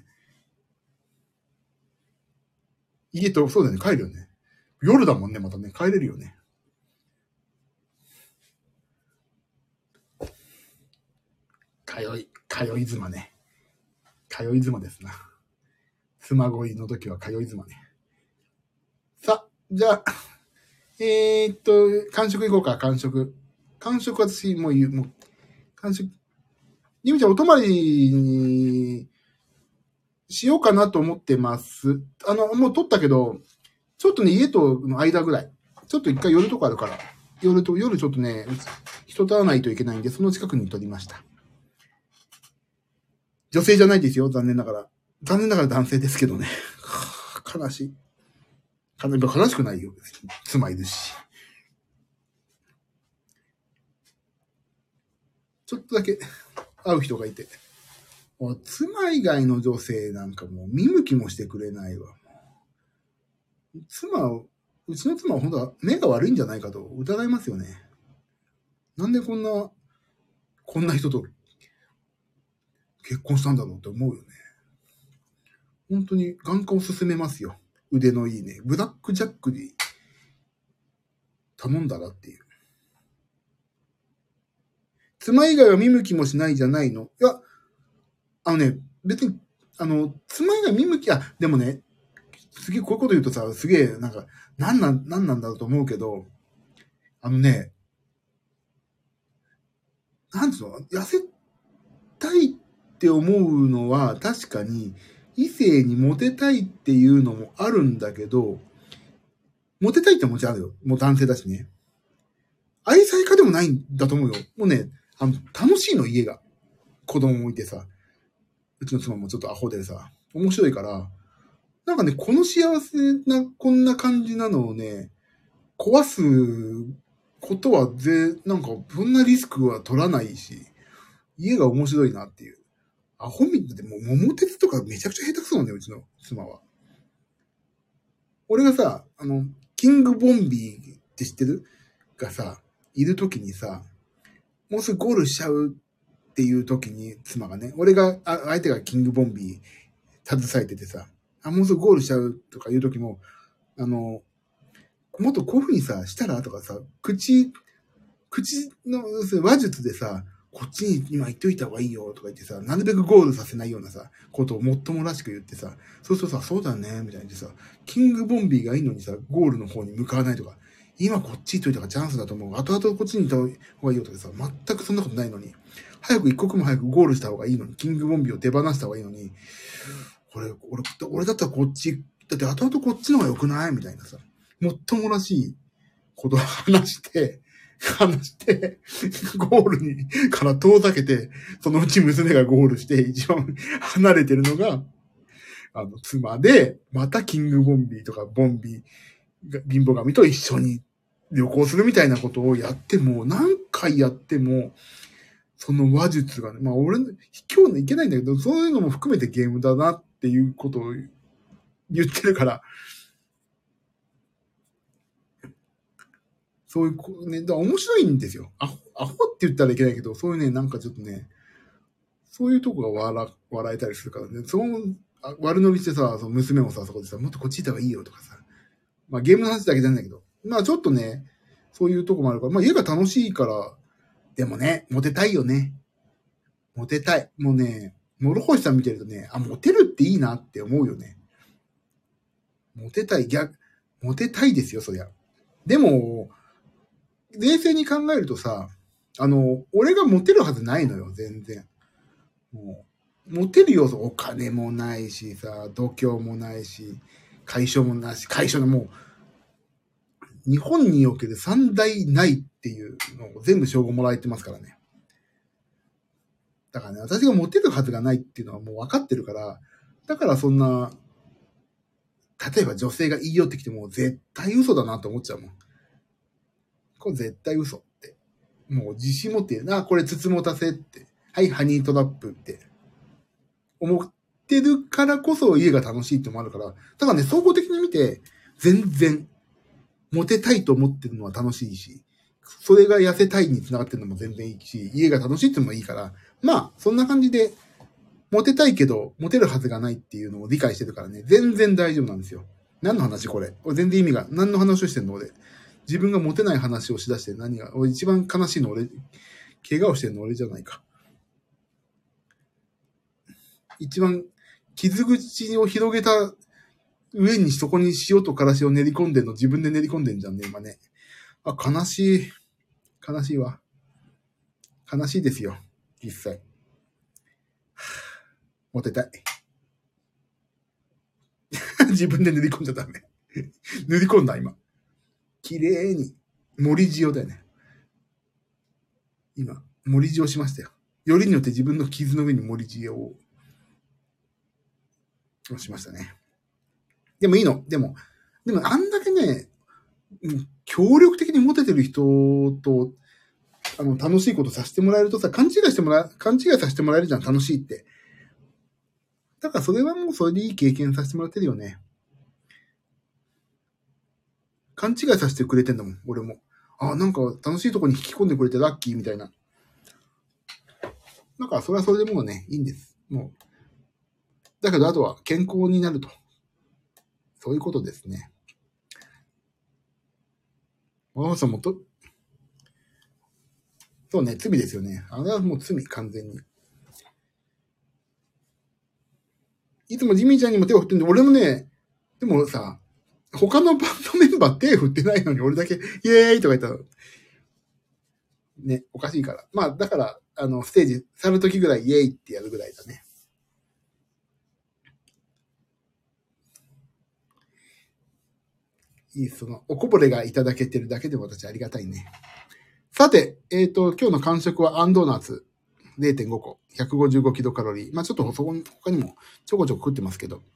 家と、そうだよね、帰るよね。夜だもんね、またね、帰れるよね。通い、通い妻ね。通い妻ですな。妻恋の時は通い妻ね。さ、じゃあ、えー、っと、完食いこうか、完食。完食私、もう言う、もう、完食。ゆみちゃん、お泊まりにしようかなと思ってます。あの、もう撮ったけど、ちょっとね、家との間ぐらい。ちょっと一回寄るとこあるから。夜と、夜ちょっとね、人と会わないといけないんで、その近くに撮りました。女性じゃないですよ、残念ながら。残念ながら男性ですけどね。悲しい。悲しくないよ。妻いるし。ちょっとだけ会う人がいて。妻以外の女性なんかもう見向きもしてくれないわ。妻、うちの妻は本当は目が悪いんじゃないかと疑いますよね。なんでこんな、こんな人と結婚したんだろうって思うよね。本当に眼科を勧めますよ。腕のいいね。ブラックジャックに頼んだらっていう。妻以外は見向きもしないじゃないの。いや、あのね、別に、あの、妻以外見向き、あ、でもね、すげえこういうこと言うとさ、すげえ、なんか、なんなん、なんなんだろうと思うけど、あのね、なんつうの、痩せたいって思うのは確かに、異性にモテたいっていうのもあるんだけど、モテたいってもちろんあるよ。もう男性だしね。愛妻家でもないんだと思うよ。もうね、あの、楽しいの、家が。子供もいてさ、うちの妻もちょっとアホでさ、面白いから、なんかね、この幸せな、こんな感じなのをね、壊すことはぜ、なんか、そんなリスクは取らないし、家が面白いなっていう。アホみたいでもう桃鉄とかめちゃくちゃ下手くそなんだよ、うちの妻は。俺がさ、あの、キングボンビーって知ってる？がさ、いるときにさ、もうすぐゴールしちゃうっていうときに、妻がね、俺が、あ相手がキングボンビー携えててさ、あ、もうすぐゴールしちゃうとかいうときも、あの、もっとこういう風にさ、したらとかさ、口、口の話術でさ、こっちに今言っといた方がいいよとか言ってさ、なるべくゴールさせないようなさ、ことをもっともらしく言ってさ、そうするとさ、そうだね、みたいにさ、キングボンビーがいいのにさ、ゴールの方に向かわないとか、今こっち行っといた方がチャンスだと思う。後々こっちに行った方がいいよとかさ、全くそんなことないのに、早く一刻も早くゴールした方がいいのに、キングボンビーを手放した方がいいのに、これ、俺、俺だったらこっち、だって後々こっちの方が良くないみたいなさ、もっともらしいことを話して、 話して、ゴールに、から遠ざけて、そのうち娘がゴールして、一番離れてるのが、あの、妻で、またキングボンビーとかボンビー、貧乏神と一緒に旅行するみたいなことをやっても、何回やっても、その話術がね、まあ俺、今日いけないんだけど、そういうのも含めてゲームだなっていうことを言ってるから、そういうね、だから面白いんですよ。アホ、アホって言ったらいけないけど、そういうね、なんかちょっとね、そういうとこが笑、笑えたりするからね、その、悪乗りしてさ、その娘もさ、そこでさ、もっとこっち行った方がいいよとかさ、まあゲームの話だけじゃないんだけど、まあちょっとね、そういうとこもあるから、まあ家が楽しいから、でもね、モテたいよね。モテたい。もうね、諸星さん見てるとね、あ、モテるっていいなって思うよね。モテたい、逆、モテたいですよ、そりゃ。でも、冷静に考えるとさ、あの、俺がモテるはずないのよ、全然。もう、モテる要素、お金もないしさ、度胸もないし、解消もないし、解消のもう、日本における三大ないっていうのを全部称号もらえてますからね。だからね、私がモテるはずがないっていうのはもう分かってるから、だからそんな、例えば女性が言い寄ってきても絶対嘘だなと思っちゃうもん。これ絶対嘘って。もう自信持ってるな、これつつもたせって。はい、ハニートラップって。思ってるからこそ家が楽しいってもあるから。だからね、総合的に見て、全然、モテたいと思ってるのは楽しいし、それが痩せたいに繋がってるのも全然いいし、家が楽しいってのもいいから、まあ、そんな感じで、モテたいけど、モテるはずがないっていうのを理解してるからね、全然大丈夫なんですよ。何の話これ俺全然意味が、何の話をしてんの俺。自分がモテない話をしだして何が、俺一番悲しいの俺、怪我をしてんの俺じゃないか。一番傷口を広げた上にそこに塩とからしを練り込んでんの自分で練り込んでんじゃんね、今ね。あ、悲しい。悲しいわ。悲しいですよ。実際。モテたい。自分で塗り込んじゃダメ。塗り込んだ、今。綺麗に。盛り塩だよね。今、盛り塩しましたよ。よりによって自分の傷の上に盛り塩を、をしましたね。でもいいの。でも、でもあんだけね、協力的にモテてる人と、あの、楽しいことさせてもらえるとさ、勘違いしてもら、勘違いさせてもらえるじゃん、楽しいって。だからそれはもうそれでいい経験させてもらってるよね。勘違いさせてくれてんだもん、俺も。あ、なんか楽しいとこに引き込んでくれてラッキーみたいな。だからそれはそれでもうね、いいんです。もう。だけどあとは健康になると。そういうことですね。わざさんもと、そうね、罪ですよね。あれはもう罪、完全に。いつもジミーちゃんにも手を振ってんで、俺もね、でもさ、他のバンドメンバー手振ってないのに俺だけ、イエーイとか言ったら、ね、おかしいから。まあ、だから、あの、ステージ去るときぐらいイエーイってやるぐらいだね。いい、その、おこぼれがいただけてるだけでも私ありがたいね。さて、えっと、今日の間食はアンドーナツ れいてんご 個、ひゃくごじゅうごキロカロリー。まあちょっとそこに、他にもちょこちょこ食ってますけど。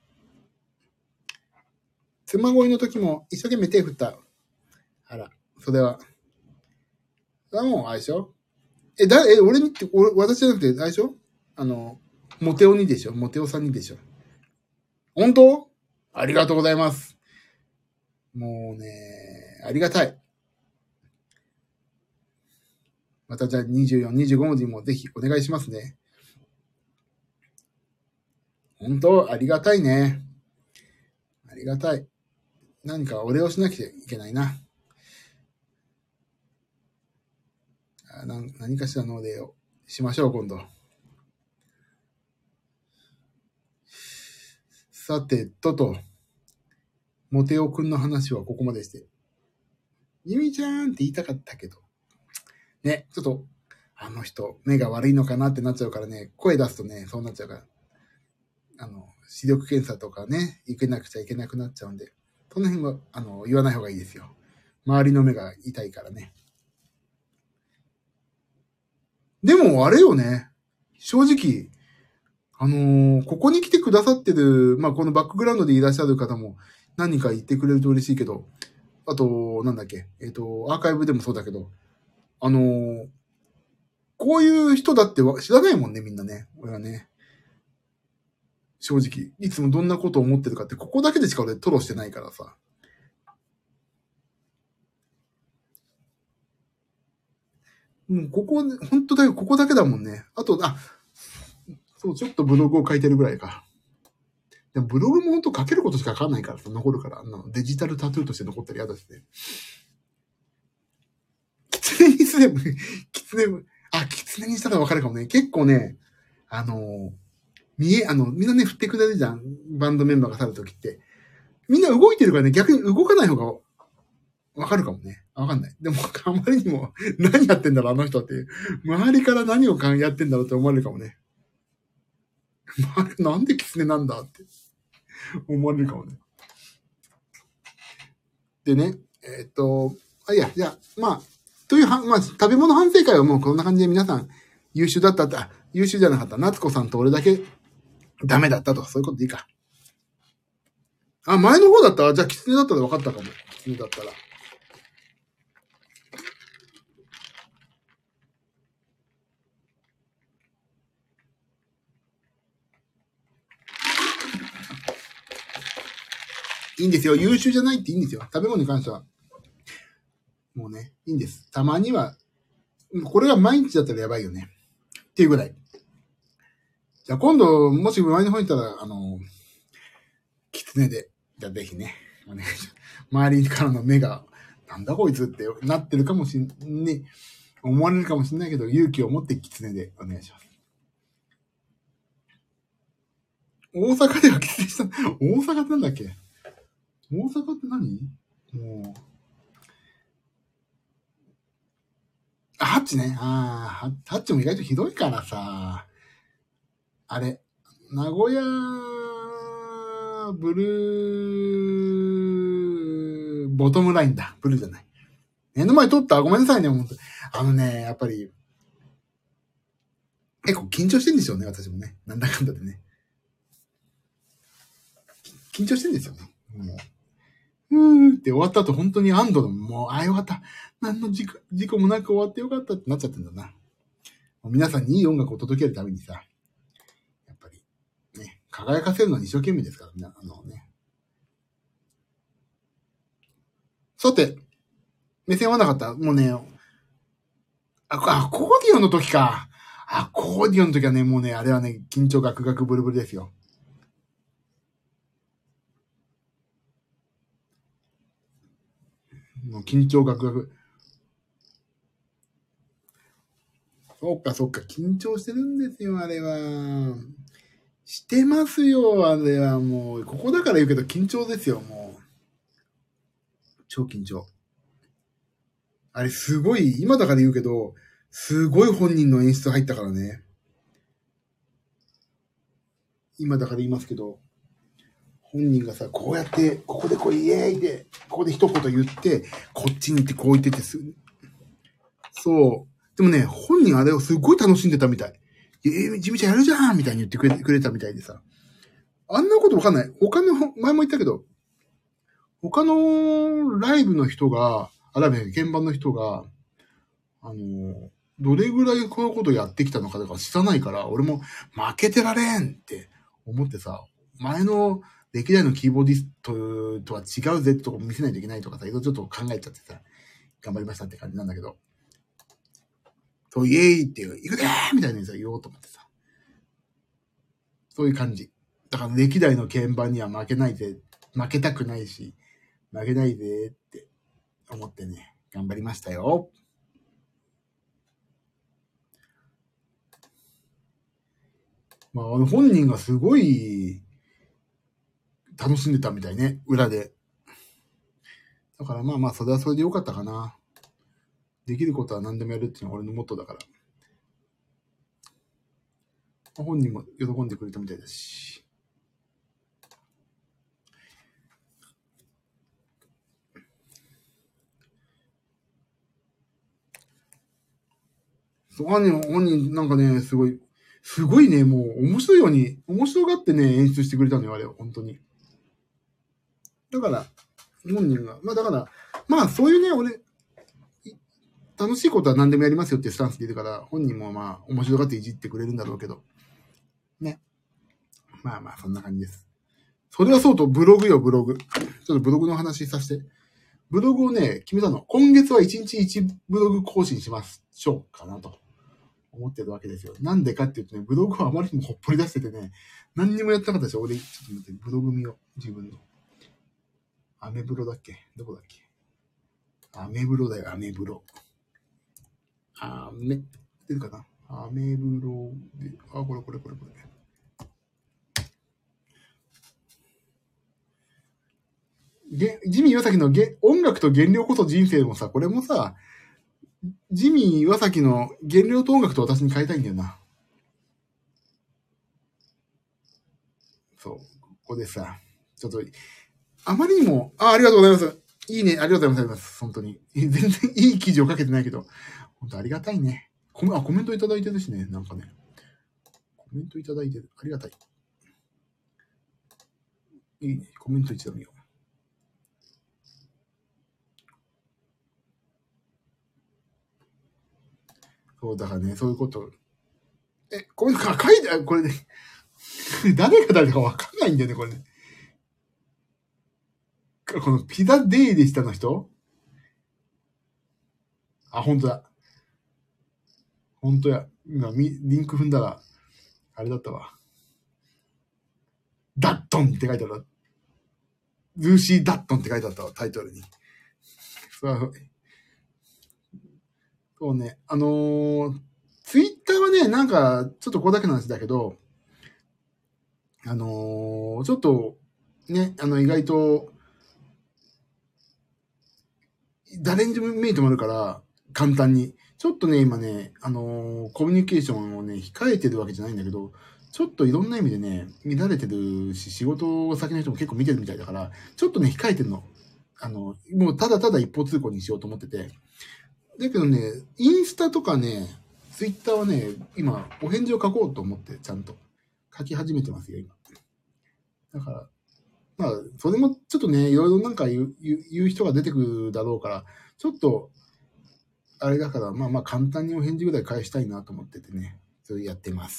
妻恋の時も一生懸命手振った。あら、それは。それはもう、あれでしょえ、だ、え、俺にって、俺、私じゃなくて、あれでしょあの、モテオにでしょモテオさんにでしょ本当ありがとうございます。もうね、ありがたい。またじゃあにじゅうよん、にじゅうご文字もぜひお願いしますね。本当ありがたいね。ありがたい。何かお礼をしなきゃいけないな。あな何かしらのお礼をしましょう、今度。さてとと、モテオくんの話はここまでして。ゆみちゃんって言いたかったけど。ね、ちょっと、あの人、目が悪いのかなってなっちゃうからね、声出すとね、そうなっちゃうから。あの、視力検査とかね、行けなくちゃいけなくなっちゃうんで、その辺は、あの、言わない方がいいですよ。周りの目が痛いからね。 でもあれよね。正直、あのーここに来てくださってる、まあ、このバックグラウンドでいらっしゃる方も何人か言ってくれると嬉しいけど、あと、なんだっけ、えっと、アーカイブでもそうだけど、あのーこういう人だってわ知らないもんね、みんなね。俺はね。正直。いつもどんなことを思ってるかって、ここだけでしか俺トロしてないからさ。もうここ、本当だよ、ここだけだもんね。あと、あ、そう、ちょっとブログを書いてるぐらいか。でもブログも本当書けることしか書かないからさ、残るから、あのデジタルタトゥーとして残ったら嫌だしね。キツネにすれば、キツネ、あ、キツネにしたらわかるかもね。結構ね、あの、見え、あの、みんなね、振ってくれるじゃん。バンドメンバーが去るときって。みんな動いてるからね、逆に動かない方がわかるかもね。わかんない。でも、あまりにも、何やってんだろう、あの人っていう。周りから何をやってんだろうって思われるかもね。なんでキツネなんだって思われるかもね。でね、えーっと、あ、いや、じゃあ、まあ、というは、まあ、食べ物反省会はもうこんな感じで皆さん優秀だったって、あ、優秀じゃなかった。夏子さんと俺だけダメだったと。そういうことでいいか。あ、前の方だったら、じゃあ、キツネだったら分かったかも。キツネだったら。いいんですよ。優秀じゃないっていいんですよ。食べ物に関しては。もうね、いいんです。たまには、これが毎日だったらやばいよね。っていうぐらい。じゃあ今度、もし前の方にいたら、あの、キツネで、じゃあぜひね、お願いします。周りからの目が、なんだこいつってなってるかもしんね、思われるかもしれないけど、勇気を持ってキツネでお願いします。大阪ではキツネした、大阪ってなんだっけ？大阪って何？もう、あ、ハッチね。ああ、ハッチも意外とひどいからさ、あれ、名古屋、ブルー、ボトムラインだ。ブルーじゃない。目の前通った。ごめんなさいね、本当あのね、やっぱり、結構緊張してんですよね、私もね。なんだかんだでね。緊張してんですよね。もう、うーって終わった後本当に安堵の、もう、ああよかった。何の事故事故もなく終わってよかったってなっちゃってんだな。もう皆さんにいい音楽を届けるためにさ、やっぱり、ね、輝かせるのに一生懸命ですから、みんな、あのね。さて、目線合わなかった。もうね、あ、あコーディオンの時か。あ、コーディオンの時はね、もうね、あれはね、緊張ガクガクブルブルですよ。もう緊張ガクガク。そっかそっか、緊張してるんですよ、あれは。してますよ、あれはもう。ここだから言うけど緊張ですよ、もう。超緊張。あれすごい、今だから言うけど、すごい本人の演出入ったからね。今だから言いますけど、本人がさ、こうやって、ここでこうイエーイで、ここで一言言って、こっちに行ってこう言っててす、そう。でもね、本人あれをすごい楽しんでたみたい。えー、ジミちゃんやるじゃんみたいに言ってくれくれたみたいでさ。あんなことわかんない。他の、前も言ったけど、他のライブの人が、あ、ライブの鍵盤の人が、あの、どれぐらいこのことやってきたのかとか知らないから、俺も負けてられんって思ってさ、前の歴代のキーボーディストとは違うぜってとこ見せないといけないとかさ、いろいろちょっと考えちゃってさ、頑張りましたって感じなんだけど、そう、イエーイっていう、行くでーみたいなやつを言おうと思ってさ、そういう感じ。だから歴代の鍵盤には負けないぜ、負けたくないし、負けないぜって思ってね、頑張りましたよ。まあ、あの本人がすごい楽しんでたみたいね、裏で。だからまあまあ、それはそれでよかったかな。できることは何でもやるっていうのが俺のモットーだから。本人も喜んでくれたみたいだし。 そう、本人、本人なんかね、すごい、すごいね、もう面白いように、面白がってね、演出してくれたのよ、あれ、本当に。だから、本人が、まあだから、まあそういうね、俺、楽しいことは何でもやりますよっていうスタンスでいるから、本人もまあ面白がっていじってくれるんだろうけど。ね。まあまあ、そんな感じです。それはそうと、ブログよ、ブログ。ちょっとブログの話させて。ブログをね、決めたの。今月はいちにちいちブログ更新しましょうかなと思ってるわけですよ。なんでかって言うとね、ブログはあまりにもほっぽり出しててね、何にもやってなかったでしょ。俺、ちょっと待って、ブログ見よう。自分の。アメブロだっけどこだっけアメブロだよ、アメブロ。アメ、出るかなアメブロで、あ、これこれこれこれ。ジミー岩崎の音楽と原料こそ人生もさ、これもさ、ジミー岩崎の原料と音楽と私に変えたいんだよな。そう。ここでさ、ちょっと、あまりにも、あ、ありがとうございます。いいね、ありがとうございます。本当に。全然いい記事を書けてないけど、本当ありがたいね。コメ、あ、コメントいただいてるしね、なんかね。コメントいただいてる。ありがたい。いいね、コメント一度見よう。そう、だからね、そういうこと。え、これ書いて、これね、誰が誰かわかんないんだよね、これね。このピザデイでしたの人あ、ほんとだ。ほんとや。今、リンク踏んだら、あれだったわ。ダットンって書いてある。ルーシー・ダットンって書いてあったわ、タイトルに。そうそうね、あのー、ツイッターはね、なんか、ちょっとここだけの話だけど、あのー、ちょっと、ね、あの、意外と、誰にでも見えてもらうから、簡単に。ちょっとね、今ね、あのー、コミュニケーションをね、控えてるわけじゃないんだけど、ちょっといろんな意味でね、乱れてるし、仕事先の人も結構見てるみたいだから、ちょっとね、控えてるの。あの、もうただただ一方通行にしようと思ってて。だけどね、インスタとかね、ツイッターはね、今、お返事を書こうと思って、ちゃんと書き始めてますよ、今。だから、まあ、それもちょっとね、いろいろなんか言う、言う人が出てくるだろうから、ちょっと、あれだから、まあまあ簡単にお返事ぐらい返したいなと思っててね、それやってます。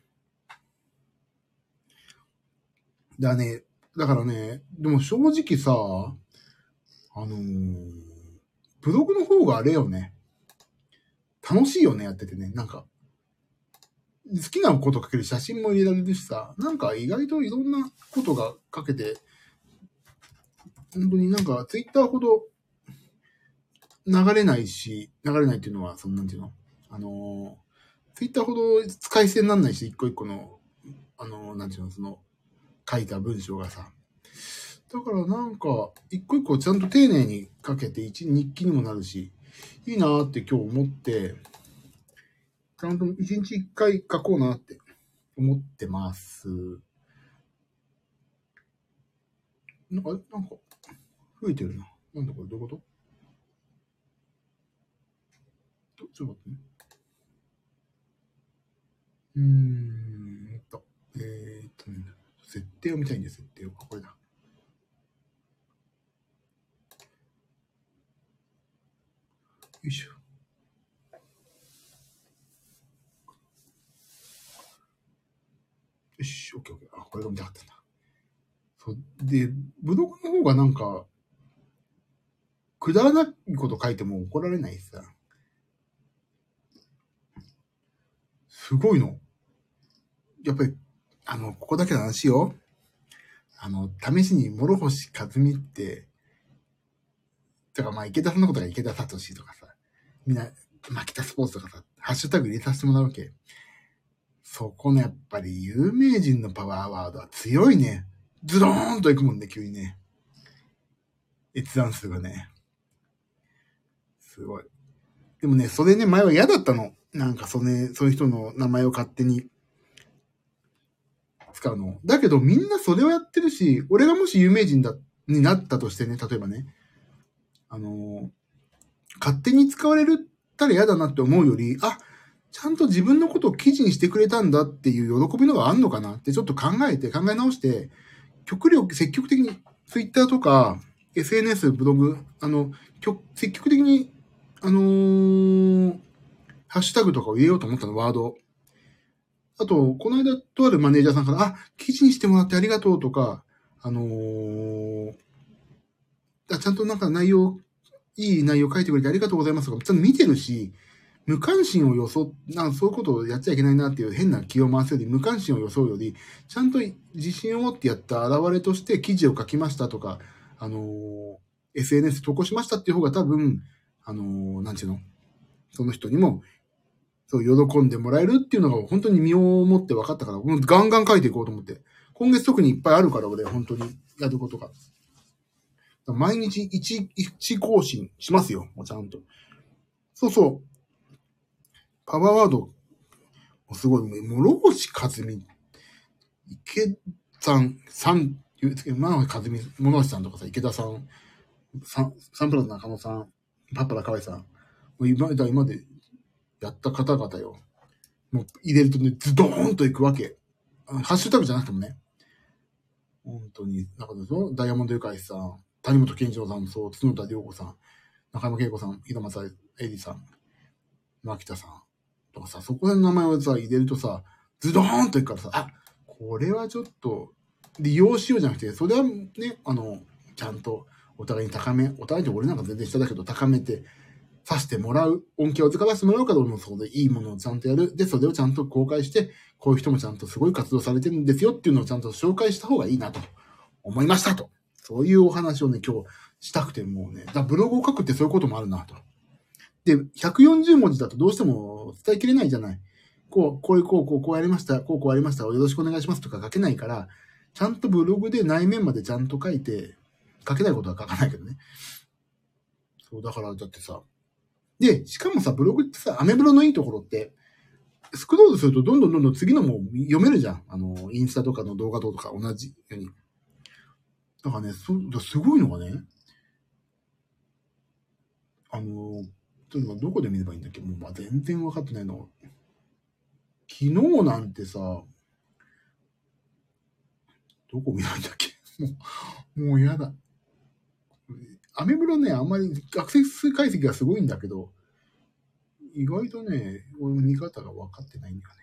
だね、だからね、でも正直さ、あのー、ブログの方があれよね。楽しいよね、やっててね。なんか、好きなこと書ける写真も入れられるしさ、なんか意外といろんなことが書けて、本当になんかツイッターほど流れないし、流れないっていうのは、そのなんていうのあの、ツイッターほど使い捨てにならないし、一個一個の、あの、なんていうの、その、書いた文章がさ。だからなんか、一個一個ちゃんと丁寧に書けて、一日記にもなるし、いいなーって今日思って、ちゃんと一日一回書こうなって思ってます。なんか、なんか、増えてるな。なんだこれ、どういうことちょっと待ってね。うーんと、えー、っとね、設定を見たいんです、設定を。これだ。よいしょ。よし、オッケーオッケー。あ、これが見たかったんだ。そう。で、ブログの方がなんか、くだらないこと書いても怒られないしさ。すごいの。やっぱり、あの、ここだけの話よ。あの、試しに諸星和美って、とかまあ池田さんのことが池田聡とかさ、みんな、マキタスポーツとかさ、ハッシュタグ入れさせてもらうわけ。そこのやっぱり有名人のパワーワードは強いね。ズドーンといくもんね、急にね。閲覧数がね。すごい。でもね、それね、前は嫌だったの。なんかそれ、そういう人の名前を勝手に使うの。だけどみんなそれをやってるし、俺がもし有名人だ、になったとしてね、例えばね、あのー、勝手に使われるったら嫌だなって思うより、あ、 ちゃんと自分のことを記事にしてくれたんだっていう喜びのがあんのかなってちょっと考えて、考え直して、極力、積極的に Twitter とか エスエヌエス、ブログ、あの、積極的に、あのー、ハッシュタグとかを入れようと思ったの、ワード。あと、この間、とあるマネージャーさんから、あ、記事にしてもらってありがとうとか、あのー、あちゃんとなんか内容、いい内容書いてくれてありがとうございますとか、ちゃんと見てるし、無関心を装う、なんかそういうことをやっちゃいけないなっていう変な気を回すより、無関心を装うより、ちゃんと自信を持ってやった現れとして記事を書きましたとか、あのー、エスエヌエス 投稿しましたっていう方が多分、あのー、なんちゅうの、その人にも、そう、喜んでもらえるっていうのが本当に身をもって分かったから、もうガンガン書いていこうと思って。今月特にいっぱいあるから、俺、本当にやることが。毎日一、一更新しますよ、もうちゃんと。そうそう。パワーワード、すごい、諸星和美、池さん、さん、まあ、和美、諸星さんとかさ、池田さん、サン、サンプラザ中野さん、パッパラ河合さん、もう今まで、今までやった方々よ。もう入れるとね、ズドーンといくわけ。ハッシュタグじゃなくてもね。本当に、なんかそうダイヤモンドユカイさん、谷本健一郎さんもそう、角田涼子さん、中山恵子さん、井戸正恵里さん、牧田さんとかさ、そこら辺の名前をさ、入れるとさ、ズドーンといくからさ、あ、これはちょっと利用しようじゃなくて、それはね、あの、ちゃんとお互いに高め、お互いに俺なんか全然下だけど高めて、させてもらう、恩恵を使わせてもらうから俺もそこでいいものをちゃんとやる。で、それをちゃんと公開して、こういう人もちゃんとすごい活動されてるんですよっていうのをちゃんと紹介した方がいいなと思いましたと。そういうお話をね、今日したくてもうね、だブログを書くってそういうこともあるなと。で、ひゃくよんじゅうもじだとどうしても伝えきれないじゃない。こう、こういう、こう、こう、こうやりました、こう、こうやりました、よろしくお願いしますとか書けないから、ちゃんとブログで内面までちゃんと書いて、書けないことは書かないけどね。そう、だからだってさ、で、しかもさ、ブログってさ、アメブロのいいところって、スクロールするとどんどんどんどん次のも読めるじゃん。あの、インスタとかの動画とか同じように。だからね、そすごいのがね、あの、例えばどこで見ればいいんだっけもう、まあ、全然分かってないの。昨日なんてさ、どこ見ないんだっけもう、もうやだ。アメブロね、あんまりアクセス解析がすごいんだけど、意外とね、俺の見方が分かってないんだよね。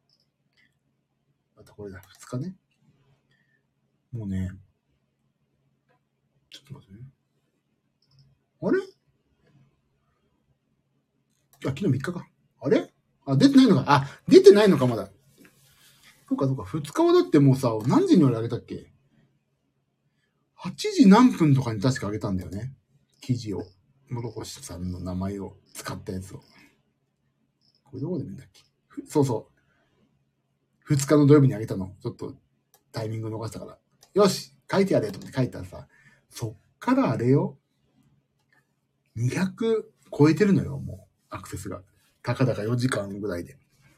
またこれだ、ふつかね。もうね、ちょっと待ってね。あれあ、昨日みっかか。あれあ、出てないのか。あ、出てないのか、まだ。そうか、そうか。ふつかはだってもうさ、何時に俺あげたっけ ?はち 時何分とかに確かあげたんだよね。記事を。諸星さんの名前を使ったやつを。これどこで見るんだっけそうそう。ふつかの土曜日にあげたの。ちょっとタイミング逃したから。よし書いてやれと思って書いたらさ、そっからあれよ。にひゃく超えてるのよ、もう。アクセスが。たかだかよじかんぐらいで。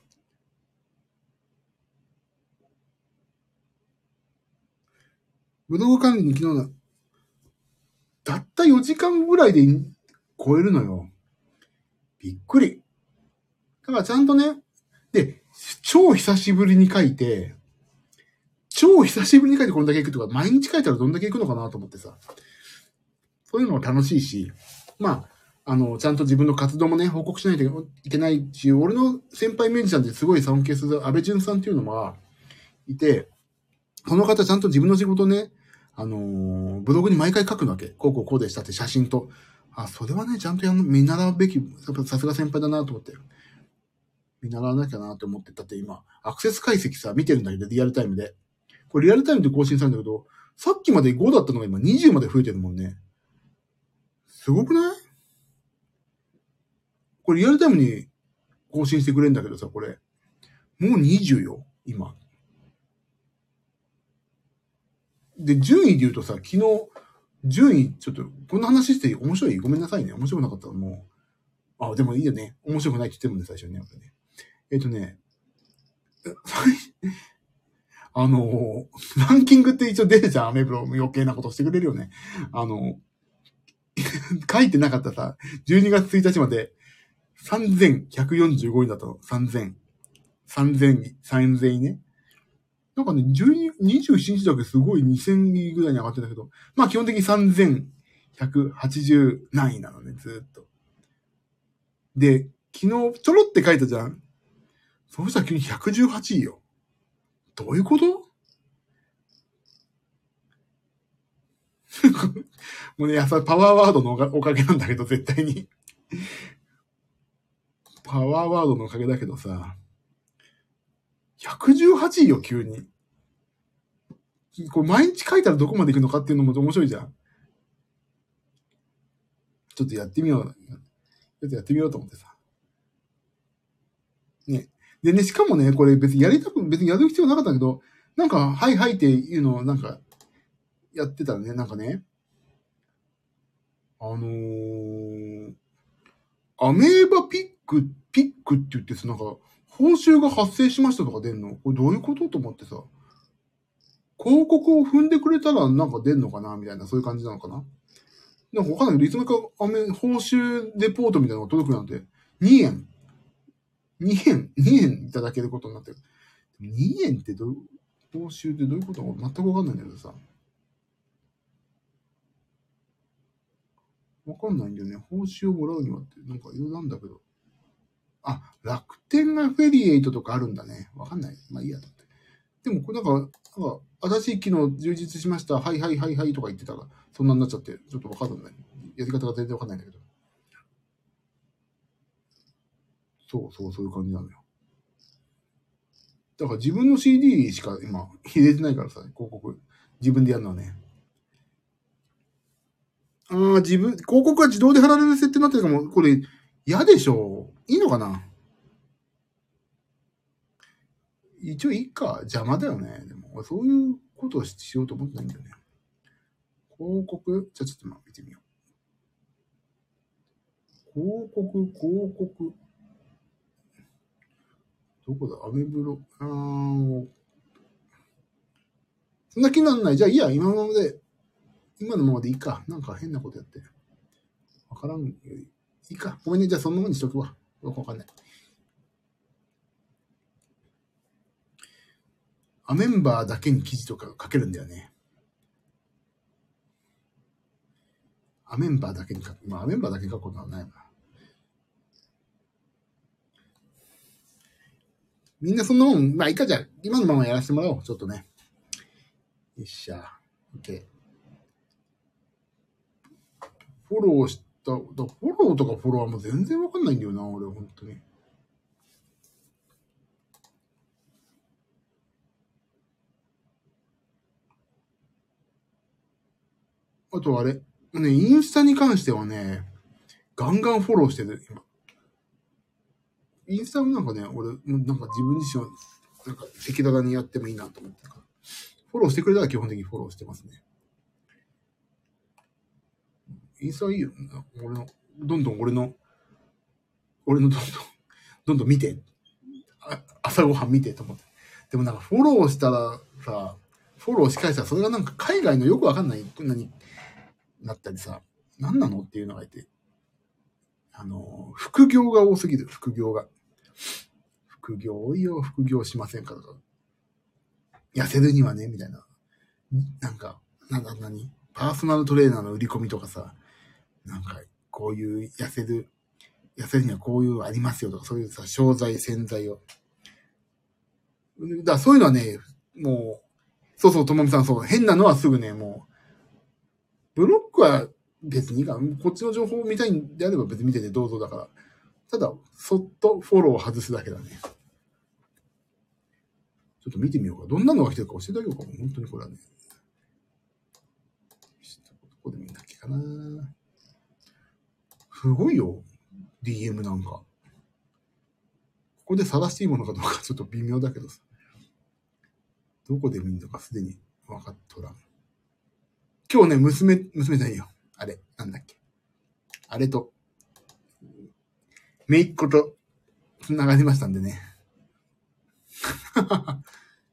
ブログ管理に昨日の、たったよじかんぐらいで超えるのよ。びっくり。だからちゃんとね、で、超久しぶりに書いて、超久しぶりに書いてこんだけ行くとか、毎日書いたらどんだけ行くのかなと思ってさ。そういうのも楽しいし、まあ、あの、ちゃんと自分の活動もね、報告しないといけないし、俺の先輩ミュージシャンってすごい尊敬する安倍淳さんっていうのがいて、その方ちゃんと自分の仕事ね、あのー、ブログに毎回書くわけ。こうこうこうでしたって写真と。あ、それはね、ちゃんとやん見習うべき、さすが先輩だなと思って。見習わなきゃなと思って。だって今、アクセス解析さ、見てるんだけど、リアルタイムで。これリアルタイムで更新されるんだけど、さっきまでごだったのが今にじゅうまで増えてるもんね。すごくない？これリアルタイムに更新してくれるんだけどさ、これ。もうにじゅうよ、今。で、順位で言うとさ、昨日、順位、ちょっと、こんな話して面白い？ごめんなさいね。面白くなかったらもう。あ、でもいいよね。面白くないって言ってるもんね、最初にね。えっとね、あの、ランキングって一応出るじゃん、アメブロ。余計なことしてくれるよね。あの、書いてなかったさ、じゅうにがつついたちまで、 さんぜんひゃくよんじゅうごえんだったの。さんぜん。さんぜん、さんぜんえんね。なんかね、じゅうに、にじゅうしちにちだけすごいにせんえんぐらいに上がってんだけど、まあ基本的にさんぜんひゃくはちじゅう何位なのね、ずーっと。で、昨日ちょろって書いたじゃん。そうしたら急にひゃくじゅうはちいよ。どういうこともうね、やっぱパワーワードのおかげなんだけど、絶対に。パワーワードのおかげだけどさ、ひゃくじゅうはちいよ、急に。これ毎日書いたらどこまで行くのかっていうのも面白いじゃん。ちょっとやってみよう。ちょっとやってみようと思ってさ。ね。でね、しかもね、これ別にやりたく、別にやる必要なかったけど、なんか、はいはいっていうのをなんか、やってたらね、なんかね、あのー、アメーバピック、ピックって言ってさ、なんか、報酬が発生しましたとか出んのこれどういうことと思ってさ、広告を踏んでくれたらなんか出んのかなみたいな、そういう感じなのかななんかわかんないけど、いつの間にかアメ、報酬レポートみたいなのが届くなんて、にえん。にえん、にえんいただけることになってる。にえんってどう、報酬ってどういうことか全くわかんないんだけどさ。わかんないんだよね。報酬をもらうにはって、なんかいろいろなんだけど。あ、楽天アフェリエイトとかあるんだね。わかんない。まあいいやと思って。でも、これなんか、なんか、新しい機能充実しました。はいはいはいはいとか言ってたら、そんなになっちゃって、ちょっとわかんない。やり方が全然わかんないんだけど。そうそう、そういう感じなのよ。だから自分の シーディー しか今入れてないからさ、広告。自分でやるのはね。ああ、自分、広告は自動で貼られる設定になってるかも。これ、嫌でしょいいのかな一応いいか。邪魔だよね。でも、そういうことをしようと思ってないんだよね。広告、じゃあちょっとまあ見てみよう。広告、広告。どこだアメブロ。あーそんな気にならない。じゃあいいや、今のままで、今のままでいいか。なんか変なことやって。わからんより。いいか。ごめんね。じゃあそのままにしとくわ。よくわかんない。アメンバーだけに記事とか書けるんだよね。アメンバーだけに書く。まあ、アメンバーだけに書くことはないな。みんなそんなもん、まあいいかじゃあ、今のままやらせてもらおう。ちょっとね。よっしゃ。OK。フォローした、フォローとかフォロワーも全然わかんないんだよな、俺、本当に。あとあれ、ね、インスタに関してはね、ガンガンフォローしてる、今。インスタもなんかね、俺、なんか自分自身は、なんか赤裸々にやってもいいなと思ってるから。フォローしてくれたら基本的にフォローしてますね。インスタいいよ。俺の、どんどん俺の、俺のどんどん、どんどん見て。朝ごはん見てと思って。でもなんかフォローしたらさ、フォローし返したらそれがなんか海外のよくわかんない、何、なったりさ、何なのっていうのがいて。あの、副業が多すぎる、副業が。副業多いよ、副業しませんかとか。痩せるにはね、みたいな。なんか、なんだ、何パーソナルトレーナーの売り込みとかさ、なんか、こういう痩せる、痩せるにはこういうのありますよとか、そういうさ、商材、洗剤を。だからそういうのはね、もう、そうそう、ともみさん、そう、変なのはすぐね、もう、ブロックは別にいいかこっちの情報を見たいんであれば別に見ててどうぞだから。ただ、そっとフォローを外すだけだね。ちょっと見てみようか。どんなのが来てるか教えてあげようかも。本当にこれはね。どこで見なきゃかな。すごいよ。ディーエム なんか。ここで晒していいものかどうかちょっと微妙だけどさ。どこで見るのかすでに分かっとらん。今日ね、娘、娘じゃないよ。あれ、なんだっけ。あれと、めいっ子と繋がりましたんでね。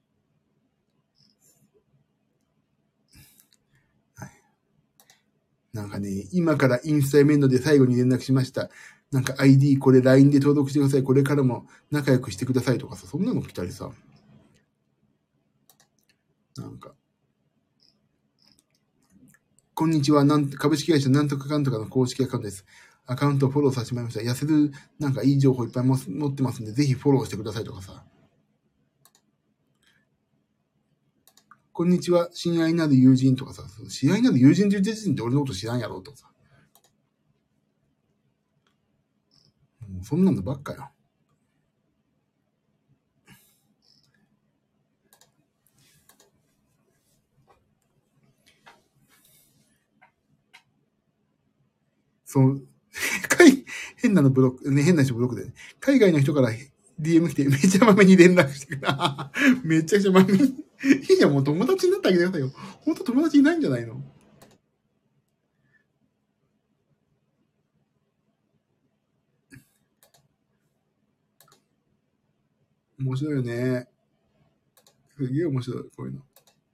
はい。 なんかね、今からインスタや面倒で最後に連絡しました。なんか アイディー これ ライン で登録してください。これからも仲良くしてくださいとかさ、そんなの来たりさ。なんか、こんにちは、なん株式会社なんとかかんとかの公式アカウントです。アカウントをフォローさせてもらいました。痩せる、なんかいい情報いっぱい持ってますんで、ぜひフォローしてくださいとかさ。こんにちは、親愛なる友人とかさ、親愛なる友人という時点で俺のこと知らんやろとかさ。もうそんなのばっかよ。そう、変なのブロック、ね、変な人ブロックで、ね、海外の人から ディーエム 来て、めっちゃまめに連絡してくる。めちゃくちゃまめに。いいじゃん、もう友達になってあげてくださいよ。ほんと友達いないんじゃないの？面白いよね。すげえ面白い、こういうの。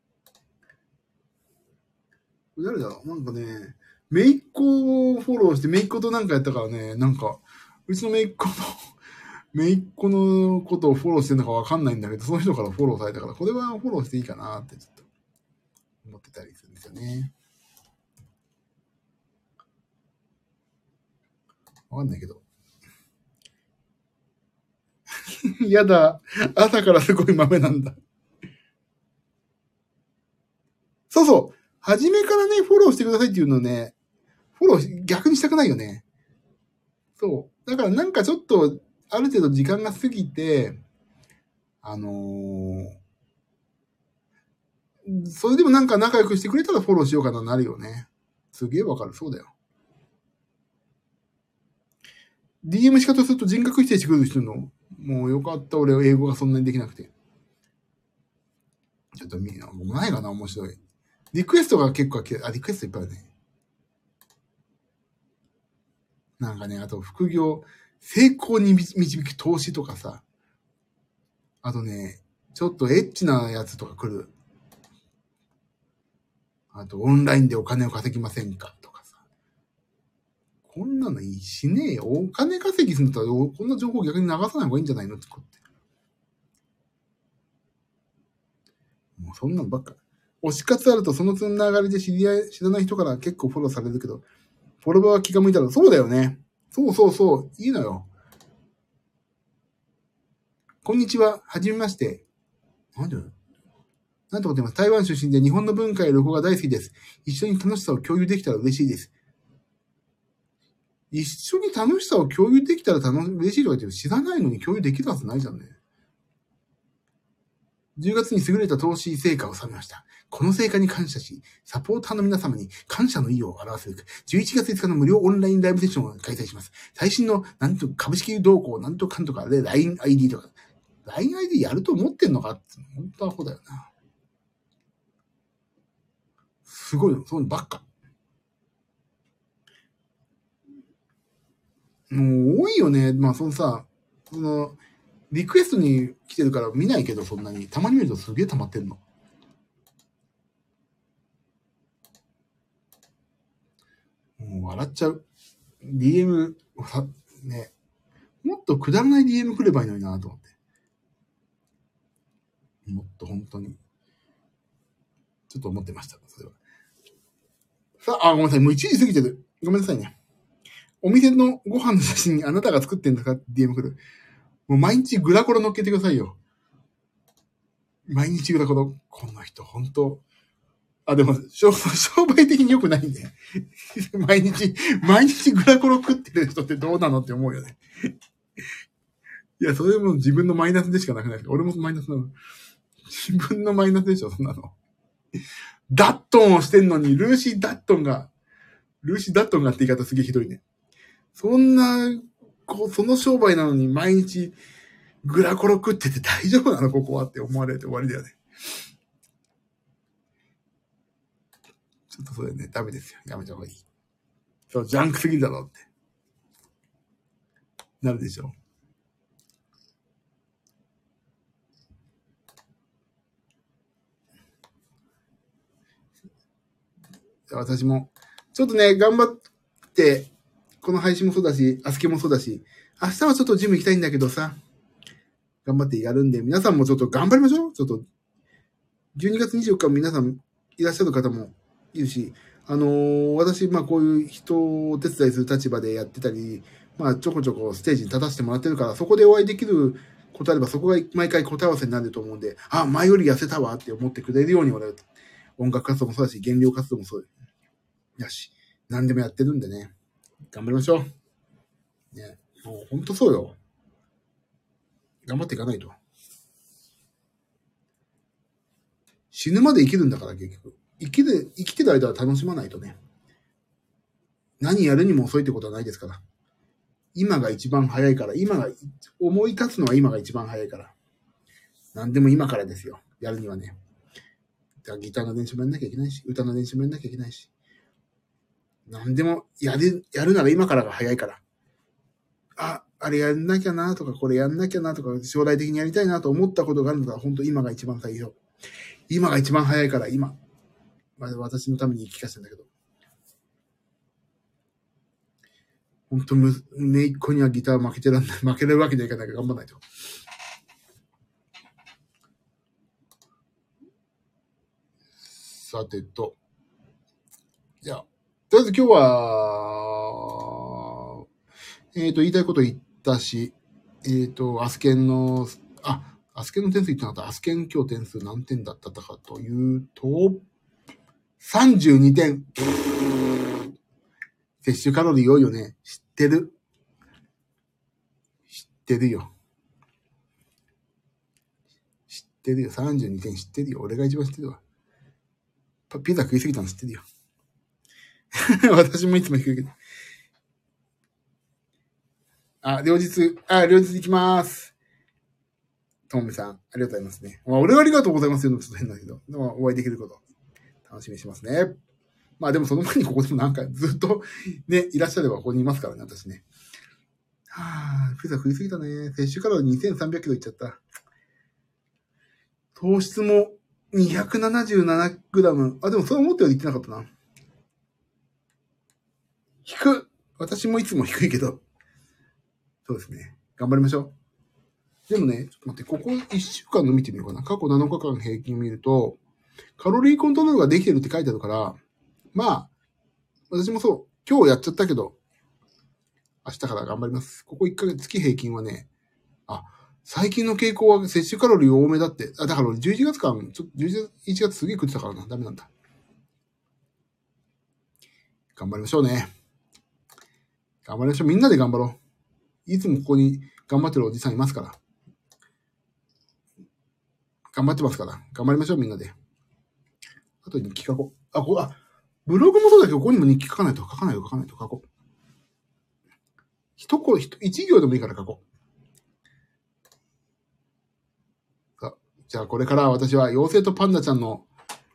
誰だろうなんかね、めいっ子をフォローして、めいっ子となんかやったからね、なんか、うちのめいっ子の、めいっ子のことをフォローしてるのかわかんないんだけど、その人からフォローされたから、これはフォローしていいかなってちょっと思ってたりするんですよね。わかんないけど。やだ。朝からすごい豆なんだ。そうそう。初めからね、フォローしてくださいっていうのね、フォロー逆にしたくないよね。そう。だからなんかちょっと、ある程度時間が過ぎて、あのー、それでもなんか仲良くしてくれたらフォローしようかな、なるよね。すげえわかる。そうだよ。ディーエム し方すると人格否定してくる人の、もうよかった。俺、英語がそんなにできなくて。ちょっと見、もうないかな、面白い。リクエストが結構来て、あ、リクエストいっぱいあるね。なんかね、あと副業、成功に導く投資とかさ。あとね、ちょっとエッチなやつとか来る。あと、オンラインでお金を稼ぎませんかとかさ。こんなのいいしねえよ。お金稼ぎするんだったら、こんな情報逆に流さない方がいいんじゃないのってこって。もうそんなのばっか。推し活あるとそのつながりで知り合い、知らない人から結構フォローされるけど、フォロワーは気が向いたら、そうだよね。そうそうそう。いいのよ。こんにちは。はじめまして。なんでなんとか言います。台湾出身で日本の文化や旅行が大好きです。一緒に楽しさを共有できたら嬉しいです。一緒に楽しさを共有できたら楽嬉しいとか言って知らないのに共有できるはずないじゃんね。じゅうがつに優れた投資成果を収めました。この成果に感謝し、サポーターの皆様に感謝の意を表すべく、じゅういちがついつかの無料オンラインライブセッションを開催します。最新の、なんと株式動向、なんとかんとかで ラインアイディー とか、ラインアイディー やると思ってんのかって、本当はアホだよな。すごいよ、そういうのばっか。もう多いよね。まあ、そのさ、その、リクエストに来てるから見ないけど、そんなに。たまに見るとすげえ溜まってんの。もう笑っちゃう。ディーエム、さ、ね、もっとくだらない ディーエム 来ればいいのになと思って。もっと本当に。ちょっと思ってました。それは。さあ、あ、ごめんなさい。もういちじ過ぎてる。ごめんなさいね。お店のご飯の写真にあなたが作ってんですかって ディーエム 来る。もう毎日グラコロ乗っけてくださいよ。毎日グラコロ。この人、本当あ、でも、商商売的に良くないんで。毎日、毎日グラコロ食ってる人ってどうなのって思うよね。いや、それも自分のマイナスでしかなくない。俺もマイナスなの。自分のマイナスでしょ、そんなの。ダットンをしてんのに、ルーシー・ダットンが、ルーシー・ダットンがって言い方すげえひどいね。そんな、こう、その商売なのに毎日グラコロ食ってて大丈夫なのここはって思われて終わりだよね。ちょっとそれね、ダメですよ。やめた方がいい。そう、ジャンクすぎるだろって。なるでしょ。私も、 ちょっとね、頑張って、この配信もそうだし、アスケもそうだし、明日はちょっとジム行きたいんだけどさ、頑張ってやるんで、皆さんもちょっと頑張りましょう。ちょっと、じゅうにがつにじゅうよっか皆さんいらっしゃる方もいるし、あのー、私、まあこういう人をお手伝いする立場でやってたり、まあちょこちょこステージに立たせてもらってるから、そこでお会いできることあれば、そこが毎回答え合わせになると思うんで、あ、前より痩せたわって思ってくれるように、俺、音楽活動もそうだし、減量活動もそうだし、何でもやってるんでね、頑張りましょう。ね、もう本当そうよ。頑張っていかないと。死ぬまで生きるんだから結局。生きる、生きてる間は楽しまないとね。何やるにも遅いってことはないですから。今が一番早いから、今が、思い立つのは今が一番早いから。何でも今からですよ。やるにはね。ギターの練習もやんなきゃいけないし、歌の練習もやんなきゃいけないし。何でもやる、やるなら今からが早いから。あ、あれやんなきゃなとか、これやんなきゃなとか、将来的にやりたいなと思ったことがあるのが、本当今が一番最初。今が一番早いから、今。まあ、私のために聞かせてんだけど。本当む、めいっ子にはギター負けてらんない。負けれるわけにはいかないから頑張らないと。さてと。じゃあ、とりあえず今日は、えっと、言いたいこと言ったし、えっと、アスケンの、あ、アスケンの点数言ってなかった。アスケン今日点数何点だったかというと、さんじゅうにてん。摂取カロリー多いよね。知ってる。知ってるよ。知ってるよ。さんじゅうにてん知ってるよ。俺が一番知ってるわ。ピザ食いすぎたの知ってるよ。私もいつも低いけど。あ、両日、あ、両日行きまーす。ともみさん、ありがとうございますね。まあ、俺はありがとうございますよ。ちょっと変だけど。でもお会いできること、楽しみにしますね。まあでもその前にここでもなんかずっとね、いらっしゃればここにいますからね、私ね。はぁ、ピザ食いすぎたね。摂取カロリーにせんさんびゃくキロいっちゃった。糖質も にひゃくななじゅうななグラム。あ、でもそれ思ったより言ってなかったな。低っ。私もいつも低いけど。そうですね。頑張りましょう。でもね、ちょっと待って、ここいっしゅうかんの見てみようかな。過去なのかかん平均見ると、カロリーコントロールができてるって書いてあるから、まあ、私もそう、今日やっちゃったけど、明日から頑張ります。ここいっかげつ、月平均はね、あ、最近の傾向は摂取カロリー多めだって。あ、だからじゅういちがつかん、ちょっとじゅういちがつすげえ食ってたからな。ダメなんだ。頑張りましょうね。頑張りましょう。みんなで頑張ろう。いつもここに頑張ってるおじさんいますから。頑張ってますから。頑張りましょう、みんなで。あと日記書こう。あ、こあ、ブログもそうだけど、ここにも日記書かないと、書かないと、書かないと、書こう。一言、一行でもいいから書こう。さあ、じゃあこれから私は妖精とパンダちゃんの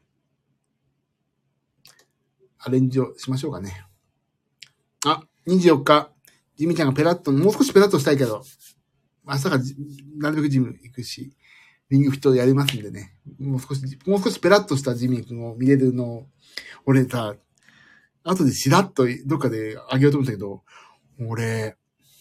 アレンジをしましょうかね。あ、にじゅうよっか、ジミちゃんがペラッと、もう少しペラッとしたいけど、明日からなるべくジム行くし、リングフィットやりますんでね。もう少し、もう少しペラッとしたジミ君を見れるのを、俺さ、後でしらっとどっかであげようと思ったけど、俺、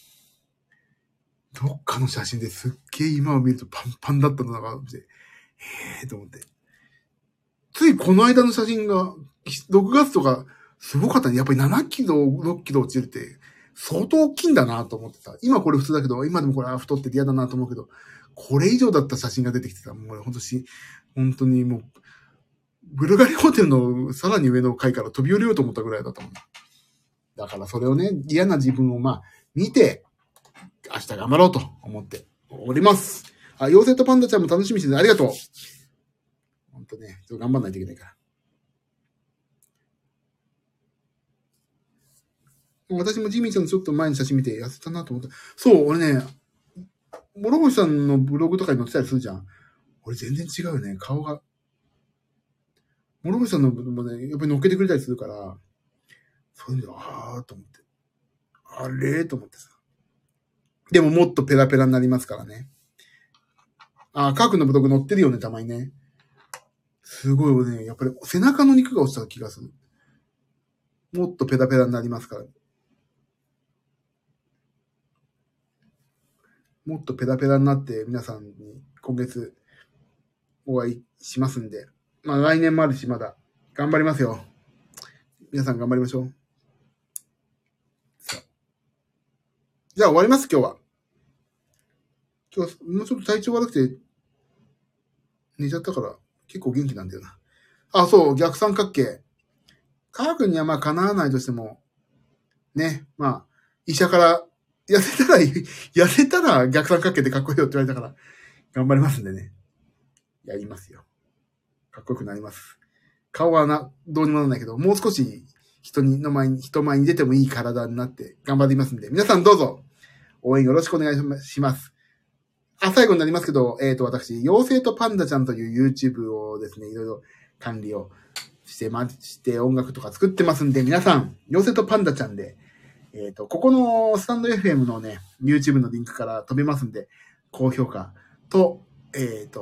どっかの写真ですっげえ今を見るとパンパンだったのが、えーと思って。ついこの間の写真が、ろくがつとか、すごかったね。やっぱりななキロ、ろっキロ落ちるって、相当大きいんだなと思ってさ。今これ普通だけど、今でもこれ太ってて嫌だなと思うけど、これ以上だった写真が出てきてた。もう本当し、本当にもう、ブルガリホテルのさらに上の階から飛び降りようと思ったぐらいだったもん。だからそれをね、嫌な自分をまあ、見て、明日頑張ろうと思っております。あ、妖精とパンダちゃんも楽しみにしててありがとう。本当ね、ちょっと頑張んないといけないから。私もジミーちゃんのちょっと前の写真見て痩せたなと思った。そう、俺ね、諸星さんのブログとかに載ってたりするじゃん。俺全然違うよね、顔が。諸星さんのブログもね、やっぱり載っけてくれたりするから、そういうの、あーと思って。あれーと思ってさ。でももっとペラペラになりますからね。あー、カー君のブログ載ってるよね、たまにね。すごいね、やっぱり背中の肉が落ちた気がする。 もっとペラペラになりますから。もっとペラペラになって皆さんに今月お会いしますんで。まあ来年もあるしまだ頑張りますよ。皆さん頑張りましょう。じゃあ終わります、今日は。今日、もうちょっと体調悪くて寝ちゃったから結構元気なんだよな。あ、そう、逆三角形。科学にはまあ叶わないとしても、ね、まあ、医者から、痩せたら、痩せたら逆三角形でかっこいいよって言われたから、頑張りますんでね。やりますよ。かっこよくなります。顔はな、どうにもならないけど、もう少し人にの前に、人前に出てもいい体になって頑張りますんで、皆さんどうぞ応援よろしくお願いします。あ、最後になりますけど、えっと、私、妖精とパンダちゃんという YouTube をですね、いろいろ管理をしてまして音楽とか作ってますんで、皆さん、妖精とパンダちゃんで、えっと、ここのスタンド エフエム のね、YouTube のリンクから飛べますんで、高評価と、えっと、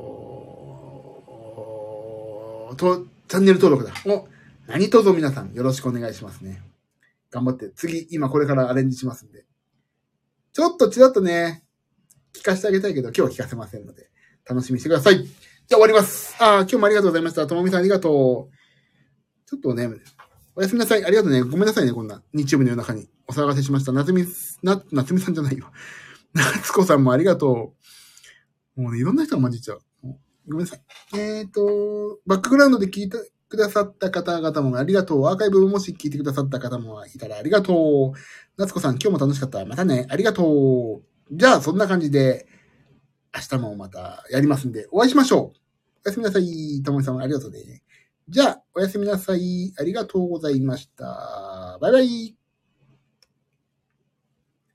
と、チャンネル登録だ。お、何卒皆さんよろしくお願いしますね。頑張って、次、今これからアレンジしますんで。ちょっとちらっとね、聞かせてあげたいけど、今日は聞かせませんので、楽しみにしてください。じゃあ終わります。ああ、今日もありがとうございました。ともみさんありがとう。ちょっとね、おやすみなさい。ありがとうね。ごめんなさいね、こんな日曜日の夜中にお騒がせしました。なつみ、な、なつみさんじゃないよ。なつこさんもありがとう。もうね、いろんな人が混じっちゃう。ごめんなさい。えっと、バックグラウンドで聞いてくださった方々もありがとう。アーカイブもし聞いてくださった方もいたらありがとう。なつこさん、今日も楽しかった。またね。ありがとう。じゃあ、そんな感じで、明日もまたやりますんで、お会いしましょう。おやすみなさい。ともみさん、ありがとうね。じゃあ、おやすみなさい。ありがとうございました。バイバイ。